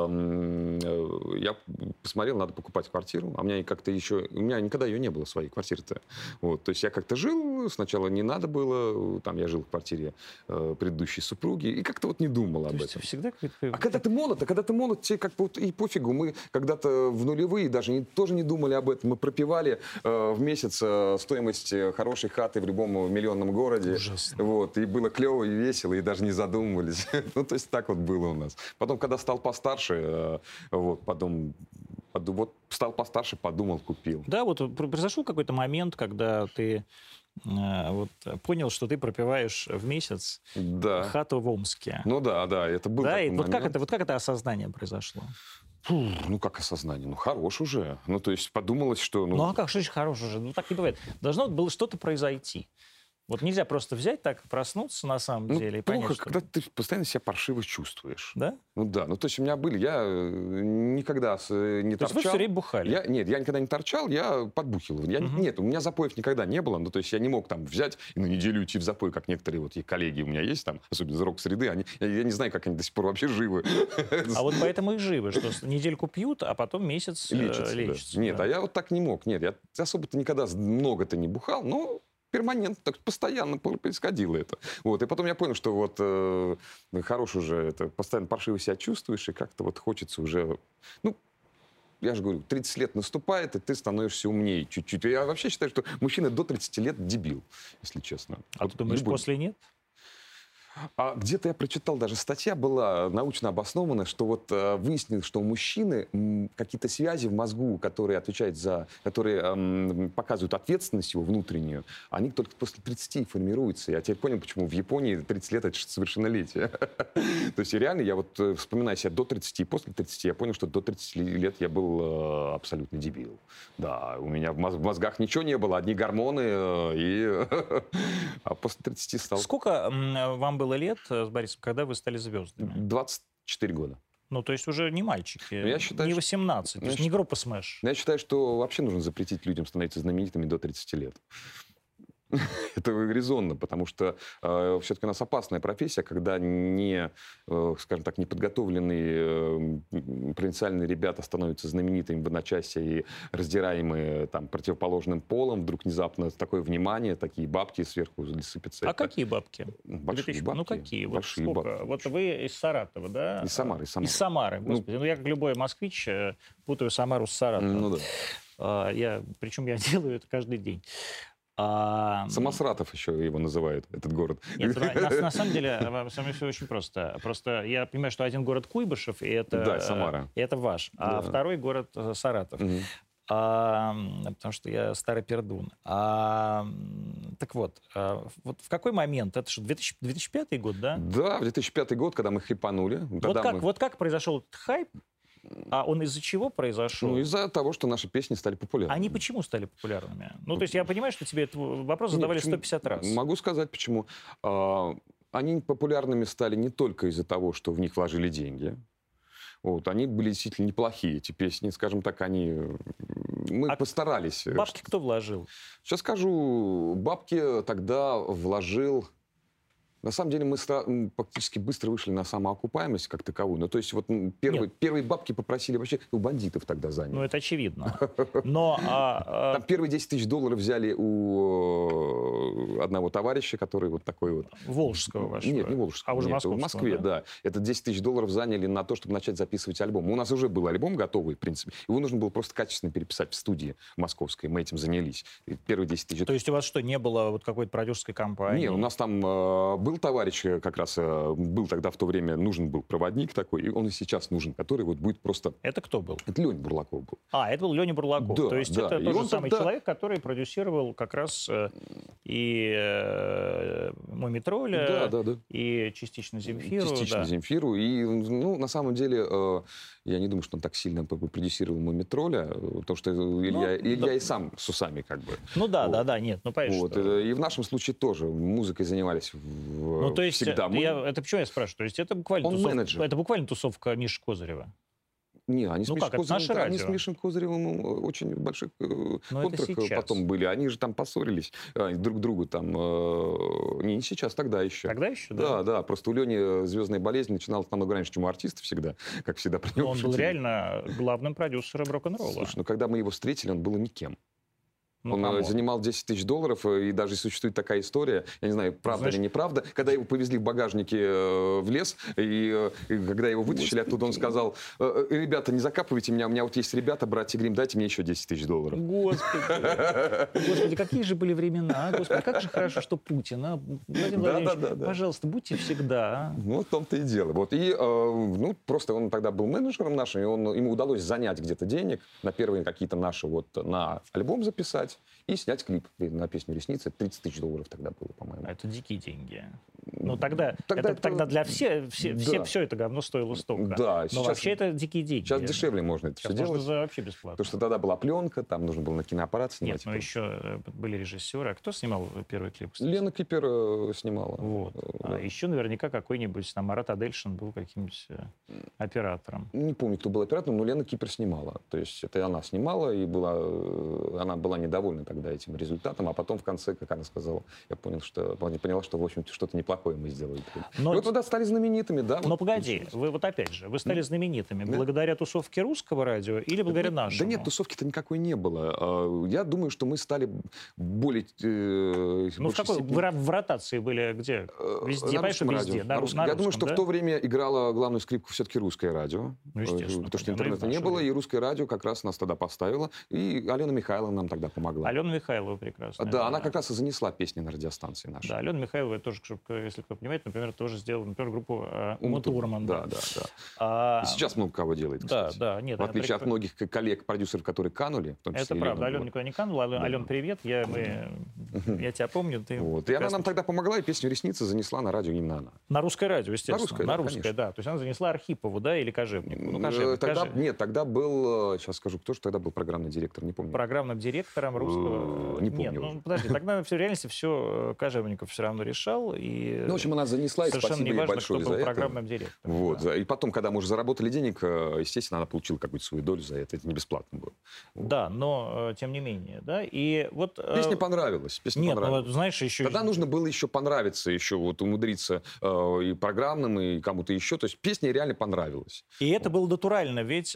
я посмотрел, надо покупать квартиру, а у меня как-то еще, у меня никогда ее не было, своей квартиры-то. Вот, то есть я как-то жил, сначала не надо было, там я жил в квартире предыдущей супруги, и как-то вот не думал об этом. Всегда А когда ты молод, тебе как бы вот и пофигу. Мы когда-то в нулевые даже тоже не думали об этом. Мы пропивали в месяц стоимость хорошей хаты в любом миллионном городе. Ужасно. Вот, и было клево и весело, и даже не задумывались. Ну, то есть так вот было у нас. Потом, когда стал постарше, вот стал постарше, подумал, купил. Да, вот произошел какой-то момент, когда ты вот понял, что ты пропиваешь в месяц хату в Омске. Ну да, это был да, такой и момент. вот как это осознание произошло? Ну, как осознание? Ну, хорош уже. Ну, то есть подумалось, что... Ну, а как, что значит хорош уже? Ну, так не бывает. Должно было что-то произойти. Вот нельзя просто взять так, проснуться на самом деле и понять, плохо, что... когда ты постоянно себя паршиво чувствуешь. Да? Ну да, ну то есть у меня были, я никогда не То торчал. есть вы все время бухали? Нет, я никогда не торчал, я подбухивал. Нет, у меня запоев никогда не было. Ну то есть я не мог там взять и на неделю уйти в запой, как некоторые вот и коллеги у меня есть там, особенно из рок-среды, я не знаю, как они до сих пор вообще живы. А вот поэтому и живы, что недельку пьют, а потом месяц лечатся. Да. Нет, а я вот так не мог. Нет, я особо-то никогда много-то не бухал, но перманентно, так постоянно происходило это. Вот. И потом я понял, что вот хорош уже, это постоянно паршиво себя чувствуешь, и как-то вот хочется уже... Ну, я же говорю, 30 лет наступает, и ты становишься умнее чуть-чуть. Я вообще считаю, что мужчина до 30 лет дебил, если честно. А вот ты думаешь, после нет? А где-то я прочитал, даже статья была научно обоснована, что вот выяснилось, что у мужчины какие-то связи в мозгу, которые показывают ответственность его внутреннюю, они только после 30 формируются. Я теперь понял, почему в Японии 30 лет — это совершеннолетие. То есть реально я вот вспоминаю себя до 30 и после 30, я понял, что до 30 лет я был абсолютно дебил. Да, у меня в мозгах ничего не было, одни гормоны, а после 30 стал... Сколько вам было лет с Борисом, когда вы стали звездами? 24 года. Ну, то есть уже не мальчики, я считаю, не 18, то есть не группа Smash. Я считаю, что вообще нужно запретить людям становиться знаменитыми до 30 лет. Это резонно, потому что все-таки у нас опасная профессия, когда скажем так, неподготовленные провинциальные ребята становятся знаменитыми в одночасье и раздираемые там противоположным полом, вдруг внезапно такое внимание, такие бабки сверху сыпятся. А какие бабки? Большие бабки. Ну какие? Большие вот бабки. Вот вы из Саратова, да? Из Самары. Из Самары, господи. Ну, я, как любой москвич, путаю Самару с Саратовом. Ну да. Причем я делаю это каждый день. Самосратов еще его называют, этот город. Нет, на самом деле, со мной все очень просто. Просто я понимаю, что один город Куйбышев, и это, да, Самара. И это ваш, а второй город Саратов. Угу. Потому что я старый пердун. Так вот в какой момент? Это что, 2005 год, да? Да, 2005 год, когда мы хайпанули. Вот как произошел этот хайп? А он из-за чего произошел? Ну, из-за того, что наши песни стали популярными. Они почему стали популярными? Ну, то есть я понимаю, что тебе этот вопрос задавали 150 раз. Могу сказать, почему. Они популярными стали не только из-за того, что в них вложили деньги. Вот, они были действительно неплохие, эти песни, скажем так, мы постарались. Бабки кто вложил? Сейчас скажу, бабки тогда вложил... На самом деле мы практически быстро вышли на самоокупаемость как таковую. Ну, то есть вот первые бабки попросили вообще у бандитов тогда заняли. Ну, это очевидно. Но... Там первые 10 тысяч долларов взяли у одного товарища, который вот такой вот... Волжского вашего? Нет, не Волжского. А уже московского. В Москве, да. Это 10 тысяч долларов заняли на то, чтобы начать записывать альбом. У нас уже был альбом готовый, в принципе. Его нужно было просто качественно переписать в студии московской. Мы этим занялись. Первые 10 тысяч... То есть у вас что, не было вот какой-то продюсерской компании? Нет, у нас там был товарищ как раз, был тогда в то время, нужен был проводник такой, и он и сейчас нужен, который вот будет просто... Это кто был? Это Леня Бурлаков был. Это был Леня Бурлаков. Да, то есть да. это И тот же он самый тогда... человек, который продюсировал как раз и «Мумий-тролля», и частично «Земфиру». Частично «Земфиру». И, ну, на самом деле, я не думаю, что он так сильно продюсировал «Мумий-тролля», потому что Илья и сам с усами как бы. Ну да, вот. да, нет, ну понятно. Вот. И в нашем случае тоже музыкой занимались ну, то есть, всегда. Это почему я спрашиваю? То есть это буквально тусовка Миши Козырева? Не, они с Мишей Козыревым, они с Мишей Козыревым очень больших контрах потом были. Они же там поссорились друг другу там. Не сейчас, тогда еще. Тогда еще, да? Да, просто у Лени звездная болезнь начиналась намного раньше, чем у артиста всегда, как всегда про него. Он был реально главным продюсером рок-н-ролла. Слушай, ну когда мы его встретили, он был никем. Ну, он занимал $10 000, и даже существует такая история, я не знаю, правда или неправда, когда его повезли в багажнике в лес, и когда его вытащили оттуда, он сказал: ребята, не закапывайте меня, у меня вот есть ребята, братья Гримм, дайте мне еще $10 000. Господи, какие же были времена, господи, как же хорошо, что Путин, Владимир Владимирович, пожалуйста, будьте всегда. Ну, в том-то и дело. Вот. И, ну, просто он тогда был менеджером нашим, и ему удалось занять где-то денег на первые какие-то наши, вот, на альбом записать и снять клип на песню «Ресницы». $30 000 тогда было, по-моему. Это дикие деньги. Ну, тогда для все это говно стоило столько. Да, но вообще это дикие деньги. Сейчас дешевле можно это все делать. Можно вообще бесплатно. Потому что тогда была пленка, там нужно было на киноаппарат снимать. Нет, но еще были режиссеры. А кто снимал первый клип, кстати? Лена Кипер снимала. Вот. Да. А еще наверняка какой-нибудь там Марат Адельшин был каким-нибудь оператором. Не помню, кто был оператором, но Лена Кипер снимала. То есть это она снимала, и она была недовольна тогда этим результатом, а потом в конце, как она сказала, я поняла, что в общем, что-то неплохое мы сделали. Но вы тогда стали знаменитыми, да? Но погоди, вы вот опять же, вы стали знаменитыми благодаря тусовке русского радио или благодаря нашему? Да нет, тусовки-то никакой не было. Я думаю, что мы стали более... Ну, в ротации были где? Везде, на русском везде. радио. Я думаю, что в то время играло главную скрипку все-таки русское радио. Ну, естественно. Потому что интернета не было, и русское радио как раз нас тогда поставило. И Алена Михайловна нам тогда помогла. Алена Михайлова прекрасная. Да, она как раз и занесла песни на радиостанции наши. Да, Алена Михайлова тоже, если кто понимает, например, тоже сделала, например, группу Ума Турман. Да. И сейчас много кого делает, кстати. Да, нет. В отличие от многих коллег-продюсеров, которые канули, в том числе. Это правда. Алена никуда не канула. Ален, привет. Я тебя помню. И она нам тогда помогла, и песню «Ресницы» занесла на радио именно она. На русское радио, естественно. На русское, да. То есть она занесла Архипову, да, или Кожевнику? Нет, тогда был, сейчас скажу, кто же тогда был программный директор, не помню. Программным директором русского... Не помню. Нет, ну подожди, тогда в реальности все Кожевников все равно решал. И в общем, она занесла, и спасибо ей большое за это. Программным директором. Вот. Да. И потом, когда мы уже заработали денег, естественно, она получила какую-то свою долю за это. Это не бесплатно было. Да, но тем не менее, да. И вот... Песня понравилась. Ну, знаешь, еще... Тогда нужно было еще понравиться, еще вот умудриться и программным, и кому-то еще. То есть песня реально понравилась. И это было натурально, ведь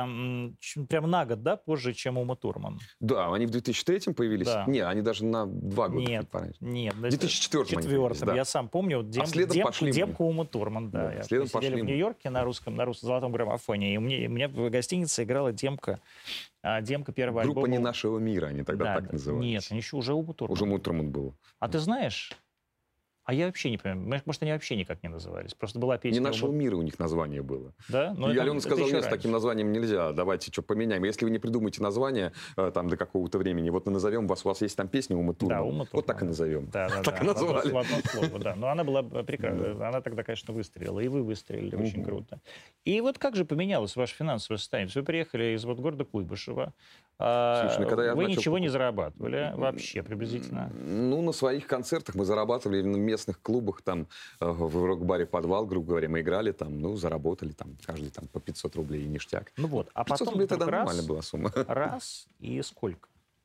прям на год, да, позже, чем Ума Турман. Да, они в 2003-м появились. Да. Нет, они даже на 2 года. Нет. В 2004-м. Да. Я сам помню демку Ума Турман. Да. Мы сидели в Нью-Йорке на русском золотом граммофоне, и у меня в гостинице играла демка первого альбома. Группа «Не нашего мира», они тогда так назывались. Нет, они еще уже Ума Турман. Уже Ума Турман был. А ты знаешь... А я вообще не понимаю. Может, они вообще никак не назывались. Просто была песня... «Не нашего мира» у них название было. Да? И Алена сказала: нет, с таким названием нельзя. Давайте что поменяем. Если вы не придумаете название там до какого-то времени, вот мы назовем вас, у вас есть там песня «Ума Турман». Да, Ума Турман. Вот так и назовем. Да. Так и назвали. В одно слово, да. Но она была прекрасна. Она тогда, конечно, выстрелила. И вы выстрелили. Очень круто. И вот как же поменялось ваше финансовое состояние? Вы приехали из города Куйбышева. Слушай, вы ничего не зарабатывали вообще приблизительно? Ну, на своих концертах мы зарабатывали в местных клубах, там, в рок-баре «Подвал», грубо говоря, мы играли там, ну, заработали там, каждый там по 500 рублей и ништяк. Ну вот, а 500 потом рублей тогда нормальная была сумма. Раз, и сколько?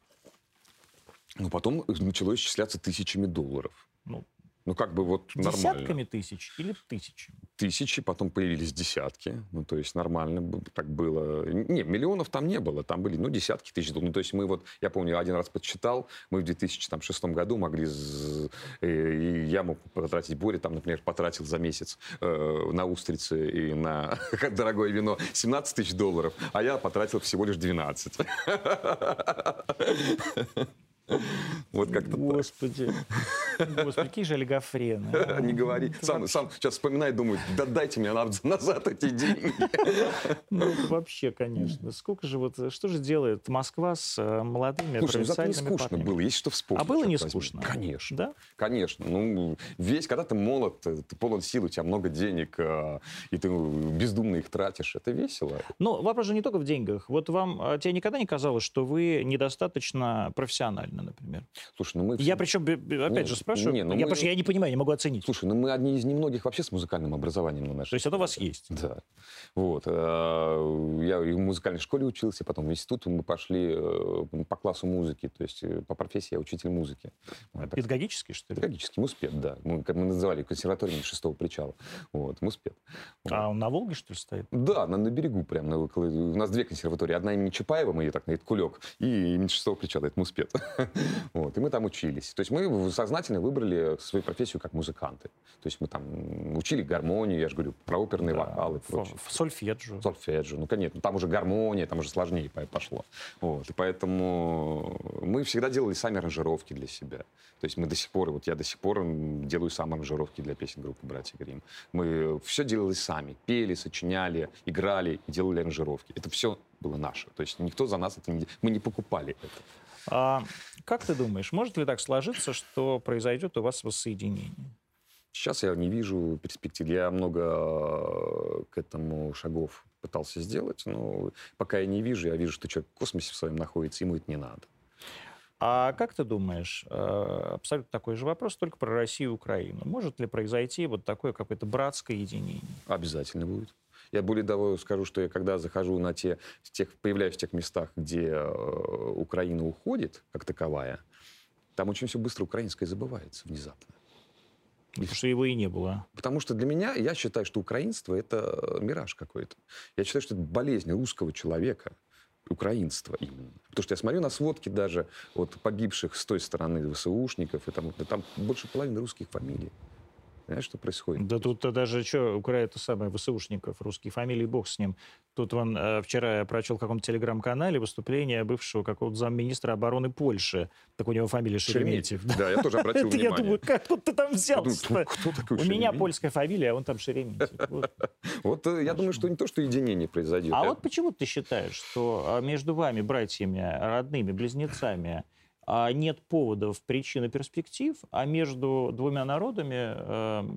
Ну, потом начало исчисляться $1000 $. Ну, как бы вот нормально. Десятками тысяч или тысячи? Тысячи, потом появились десятки. Ну, то есть нормально так было. Не, миллионов там не было. Там были, десятки тысяч. Ну, то есть мы вот, я помню, один раз подсчитал, мы в 2006 году могли, и я мог потратить, Боря там, например, потратил за месяц на устрицы и на дорогое вино $17 000, а я потратил всего лишь 12. Вот как-то так. Господи. Господи, какие же олигофрены. а. Не говори. Сам сейчас вспоминаю, думаю, да дайте мне назад эти деньги. Ну, вообще, конечно. Сколько же вот, что же делает Москва с молодыми Слушай, ну зато не провинциальными скучно парнями? было, есть что вспомнить. А было черт не возьми. скучно? Конечно. Да? Конечно. Ну, когда ты молод, ты полон сил, у тебя много денег, и ты бездумно их тратишь, это весело. Но вопрос же не только в деньгах. Вот тебе никогда не казалось, что вы недостаточно профессиональны, например? Слушай, ну мы... Я причем, опять же, спрашиваю, не, ну потому мы- что я не понимаю, не могу оценить. Слушай, ну мы одни из немногих вообще с музыкальным образованием на нашей... То есть это у вас есть? Да. Вот. Я и в музыкальной школе учился, потом в институт мы пошли по классу музыки, то есть по профессии я учитель музыки. Моя так Педагогический, что ли? Педагогический, муспед, да. Как мы называли, консерваторием шестого причала. Вот, муспед. А он на Волге, что ли, стоит? Да, на берегу прям. У нас две консерватории. Одна имени Чапаева, мы ее так, это Кулек, и имени шестого причала, это муспед. Вот, и мы там учились. То есть мы сознательно выбрали свою профессию как музыканты. То есть мы там учили гармонию, я же говорю, про оперные вокалы и прочее. Сольфеджио. Сольфеджио, ну, конечно, там уже гармония, там уже сложнее пошло. Вот, и поэтому мы всегда делали сами аранжировки для себя. То есть мы до сих пор, вот я до сих пор делаю сам аранжировки для песен группы «Братья Гримм». Мы все делали сами, пели, сочиняли, играли, делали аранжировки. Это все было наше. То есть никто за нас это не... Мы не покупали это. А как ты думаешь, может ли так сложиться, что произойдет у вас воссоединение? Сейчас я не вижу перспектив. Я много к этому шагов пытался сделать, но пока я не вижу, я вижу, что человек в космосе в своем находится, ему это не надо. А как ты думаешь, абсолютно такой же вопрос, только про Россию и Украину. Может ли произойти вот такое какое-то братское единение? Обязательно будет. Я более того скажу, что я когда захожу появляюсь в тех местах, где Украина уходит, как таковая, там очень все быстро украинское забывается внезапно. Потому что его и не было. Потому что для меня, я считаю, что украинство — это мираж какой-то. Я считаю, что это болезнь русского человека, украинство именно. Потому что я смотрю на сводки даже вот погибших с той стороны ВСУшников, и там больше половины русских фамилий. Знаешь, что происходит? Да тут даже что, это самое, ВСУшников, русские фамилии, бог с ним. Тут вчера я прочел в каком-то телеграм-канале выступление бывшего какого-то замминистра обороны Польши. Так у него фамилия Шереметьев. Да, я тоже обратил Это внимание. я думаю, как тут ты там взялся? Кто такой У меня Шереметьев? польская фамилия, а он там Шереметьев. Вот. Вот я думаю, что не то, что единение произойдет. А вот почему ты считаешь, что между вами, братьями, родными, близнецами, нет поводов, причин и перспектив, а между двумя народами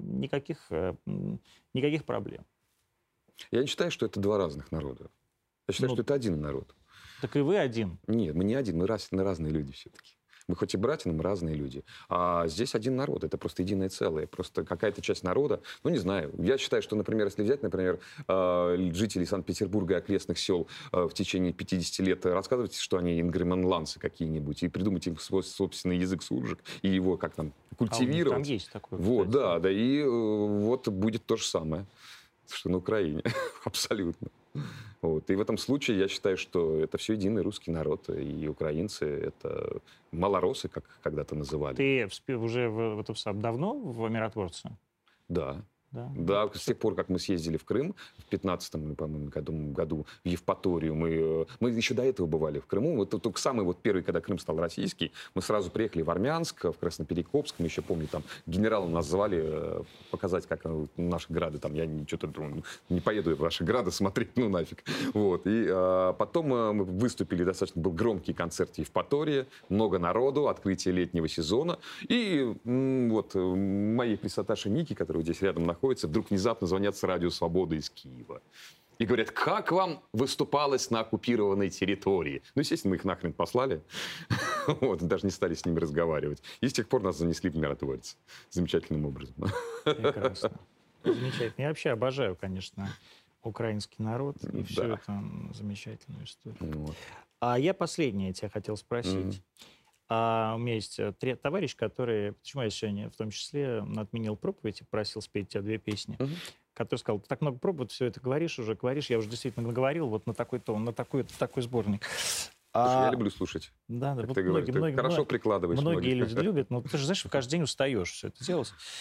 никаких проблем? Я не считаю, что это два разных народа. Я считаю, Ну, что это один народ. Так и вы один. Нет, мы не один, мы разные люди все-таки. Мы хоть и братья, но мы разные люди. А здесь один народ, это просто единое целое. Просто какая-то часть народа, ну, не знаю. Я считаю, что, например, если взять, например, жителей Санкт-Петербурга и окрестных сел в течение 50 лет, рассказывать, что они ингерманландцы какие-нибудь, и придумать им свой собственный язык суржик, и его как там культивировать. Там есть такое. Вот, кстати. да, и вот будет то же самое, что на Украине. Абсолютно. Вот. И в этом случае я считаю, что это все единый русский народ, и украинцы — это малоросы, как когда-то называли. Ты уже давно в миротворце? Да. Да. Да, с тех пор, как мы съездили в Крым в 15-м, по-моему, году в Евпаторию, мы еще до этого бывали в Крыму. Вот только самый вот первый, когда Крым стал российский, мы сразу приехали в Армянск, в Красноперекопск. Мы еще, помню, там генералом нас звали показать, как наши грады. Там я что-то думаю, не поеду в ваши грады смотреть, ну нафиг. Вот. И потом мы выступили, достаточно был громкий концерт в Евпатории, много народу, открытие летнего сезона. И вот моей пресвяташе Ники, которая здесь рядом находится, вдруг внезапно звонят с радио «Свобода» из Киева. И говорят, как вам выступалось на оккупированной территории? Ну, естественно, мы их нахрен послали. Вот, даже не стали с ними разговаривать. И с тех пор нас занесли в миротворец. Замечательным образом. Прекрасно. Замечательно. Я вообще обожаю, конечно, украинский народ и всю Да. эту замечательную историю. Вот. А я последнее тебя хотел спросить. У меня есть товарищ, который, почему я сегодня в том числе отменил проповедь и просил спеть тебе 2 песни, который сказал, ты так много проб, все это говоришь, я уже действительно наговорил вот на такой тон, на такой сборник. Слушай, я люблю слушать, Да, как ты говоришь. Ты хорошо прикладываешь. многие ноги. люди любят, но ты же знаешь, каждый день устаешь все это делать.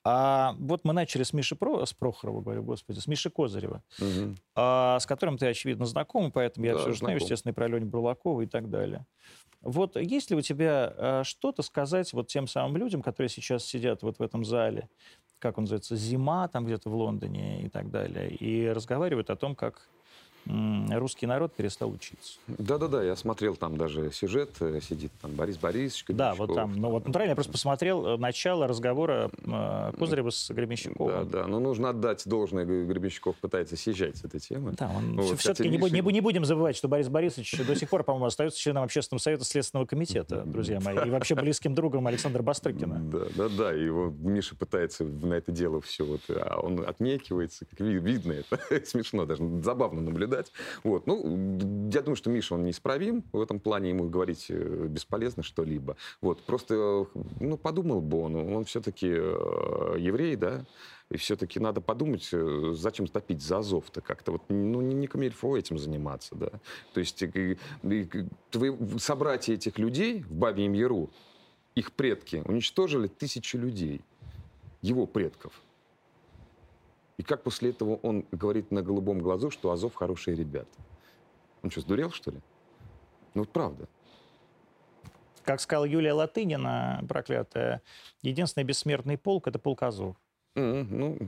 Вот мы начали с с Прохорова, говорю, господи, с Миши Козырева, Мгм. с которым ты, очевидно, знаком, поэтому я Да, все же знаю, знаком. естественно, и про Леню Бурлакову и так далее. Вот есть ли у тебя что-то сказать вот тем самым людям, которые сейчас сидят вот в этом зале, как он называется, «Зима», там где-то в Лондоне и так далее, и разговаривают о том, как русский народ перестал учиться? Да-да-да, я смотрел там даже сюжет, сидит там Борис Борисович Да, Гребенщиков. вот там, ну вот натурально я просто посмотрел начало разговора Козырева с Да, Гребенщиковым. да, но нужно отдать должное, Гребенщиков пытается съезжать с этой темы. Да, он Вот, все-таки кстати, видишь, не будем забывать, что Борис Борисович до сих пор, по-моему, остается членом Общественного совета Следственного комитета, друзья мои, и вообще близким другом Александра Бастрыкина. Да, и вот Миша пытается на это дело все, вот, а он отнекивается, как видно это, смешно даже, забавно наблюдать. Вот, ну, я думаю, что Миша, он неисправим, в этом плане ему говорить бесполезно что-либо. Вот, просто, ну, подумал бы он все-таки еврей, да, и все-таки надо подумать, зачем топить за Азов-то как-то. Вот, ну, не камильфо этим заниматься, да. То есть собратья этих людей в Бабьем Яру, их предки, уничтожили 1000 людей, его предков. И как после этого он говорит на голубом глазу, что Азов хорошие ребята? Он что, сдурел, что ли? Ну, вот правда. Как сказала Юлия Латынина, проклятая, единственный бессмертный полк — это полк Азов. Ну,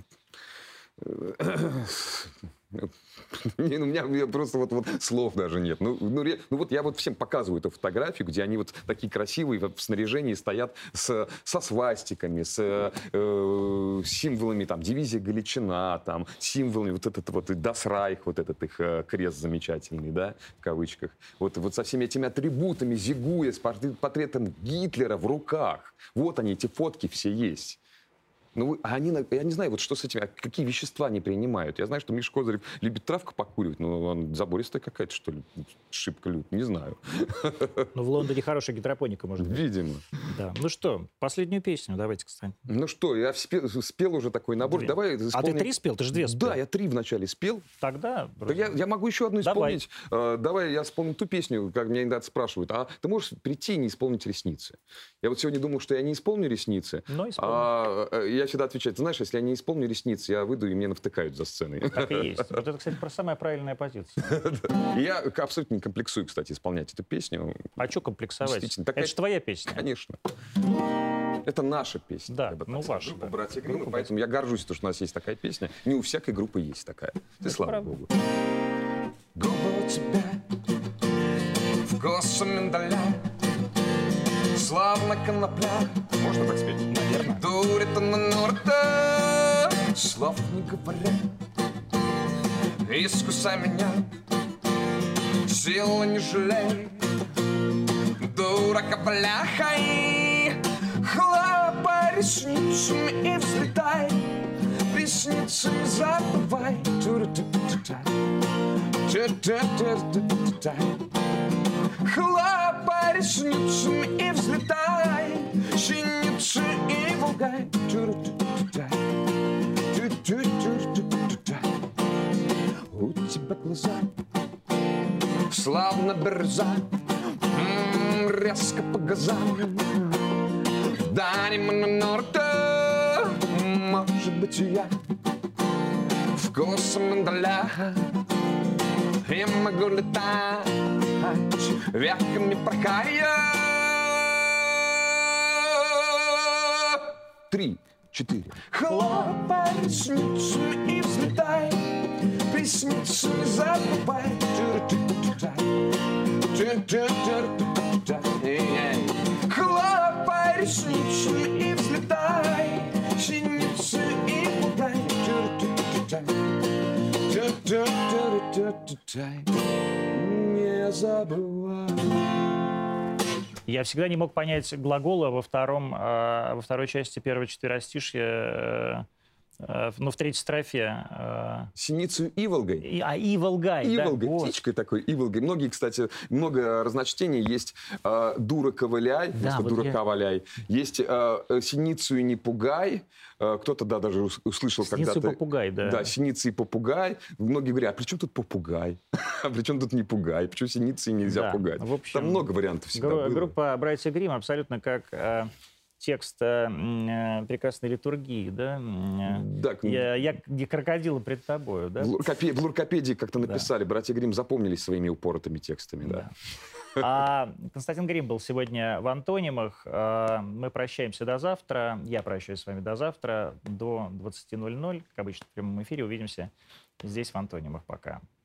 у меня просто вот слов даже нет. Ну вот я вот всем показываю эту фотографию, где они вот такие красивые в снаряжении стоят со свастиками, с символами, там, дивизия Галичина, там, символами, вот этот вот Das Reich, вот этот их крест замечательный, да, в кавычках. Вот со всеми этими атрибутами, зигуя, с портретом Гитлера в руках. Вот они, эти фотки все есть. Ну, они, я не знаю, вот что с этим, какие вещества они принимают. Я знаю, что Миша Козырев любит травку покуривать, но он забористая какая-то, что ли, шибко лют, не знаю. Ну, в Лондоне хорошая гидропоника, может быть. Видимо. Да. Ну что, последнюю песню давайте, кстати. Ну что, я спел уже такой набор. 2. Давай А ты исполним. 3 спел? Ты же 2 спел. Да, я 3 вначале спел. Тогда, Да друзья, я могу еще одну Давай. исполнить. Давай я вспомню ту песню, как меня иногда спрашивают, а ты можешь прийти и не исполнить «Ресницы»? Я вот сегодня думал, что я не исполню «Ресницы», Но исполни. я всегда отвечаю, ты знаешь, если я не исполню «Ресницы», я выйду, и мне навтыкают за сценой. так и есть. Вот это, кстати, самая правильная позиция. И я абсолютно не комплексую, кстати, исполнять эту песню. А что комплексовать? Действительно, Это такая- же твоя песня. Конечно. Это наша песня. Да, я бы так ну сказал. ваша, Группа да. «Братья Гриммы», Группа поэтому я горжусь, что у нас есть такая песня. Не у всякой группы есть такая. Ты слава правда. богу. Губы у тебя вкус миндаля, словно конопля. Можно так спеть? Наверное. Дурит она норта, слов не говоря. Искусай меня, силы не жалей. Дурака бляхай, хлопай ресницами и взлетай. Ресницами забывай. Хлопай ресницами и взлетай, синицы и волгай. У тебя глаза славно бирза, резко по газам. Дарим на норта, может быть, и я вкусом миндаля. И могу летать веками прокая. 3, 4. Хлопай ресницами и взлетай, ресницами забывай. Хлопай ресницами и взлетай, синицы и пугай. Не забывай. Я всегда не мог понять глагола во второй части первого четверостишья, ну, в третьей строфе. Синицу иволгой. Иволгай, да? Иволгой, Вот. птичкой такой, иволгой. Многие, кстати, много разночтений. Есть дура ковыляй, вместо вот дурака я- валяй. Есть синицу и не пугай. Кто-то, да, даже услышал Синицу и когда-то... попугай, да. Да, синица и попугай. Многие говорят, а при чем тут попугай? А при чем тут не пугай? Почему синицы нельзя Да, пугать? в общем, Там много вариантов всегда было. Группа «Братья Гримм» абсолютно как текст прекрасной литургии, да? Да, Я крокодила пред тобою, да? В луркопедии как-то написали, братья Гримм запомнились своими упоротыми текстами, да. Константин Грим был сегодня в «Антонимах». Мы прощаемся до завтра. Я прощаюсь с вами до завтра. До 20:00, как обычно, в прямом эфире. Увидимся здесь, в «Антонимах». Пока.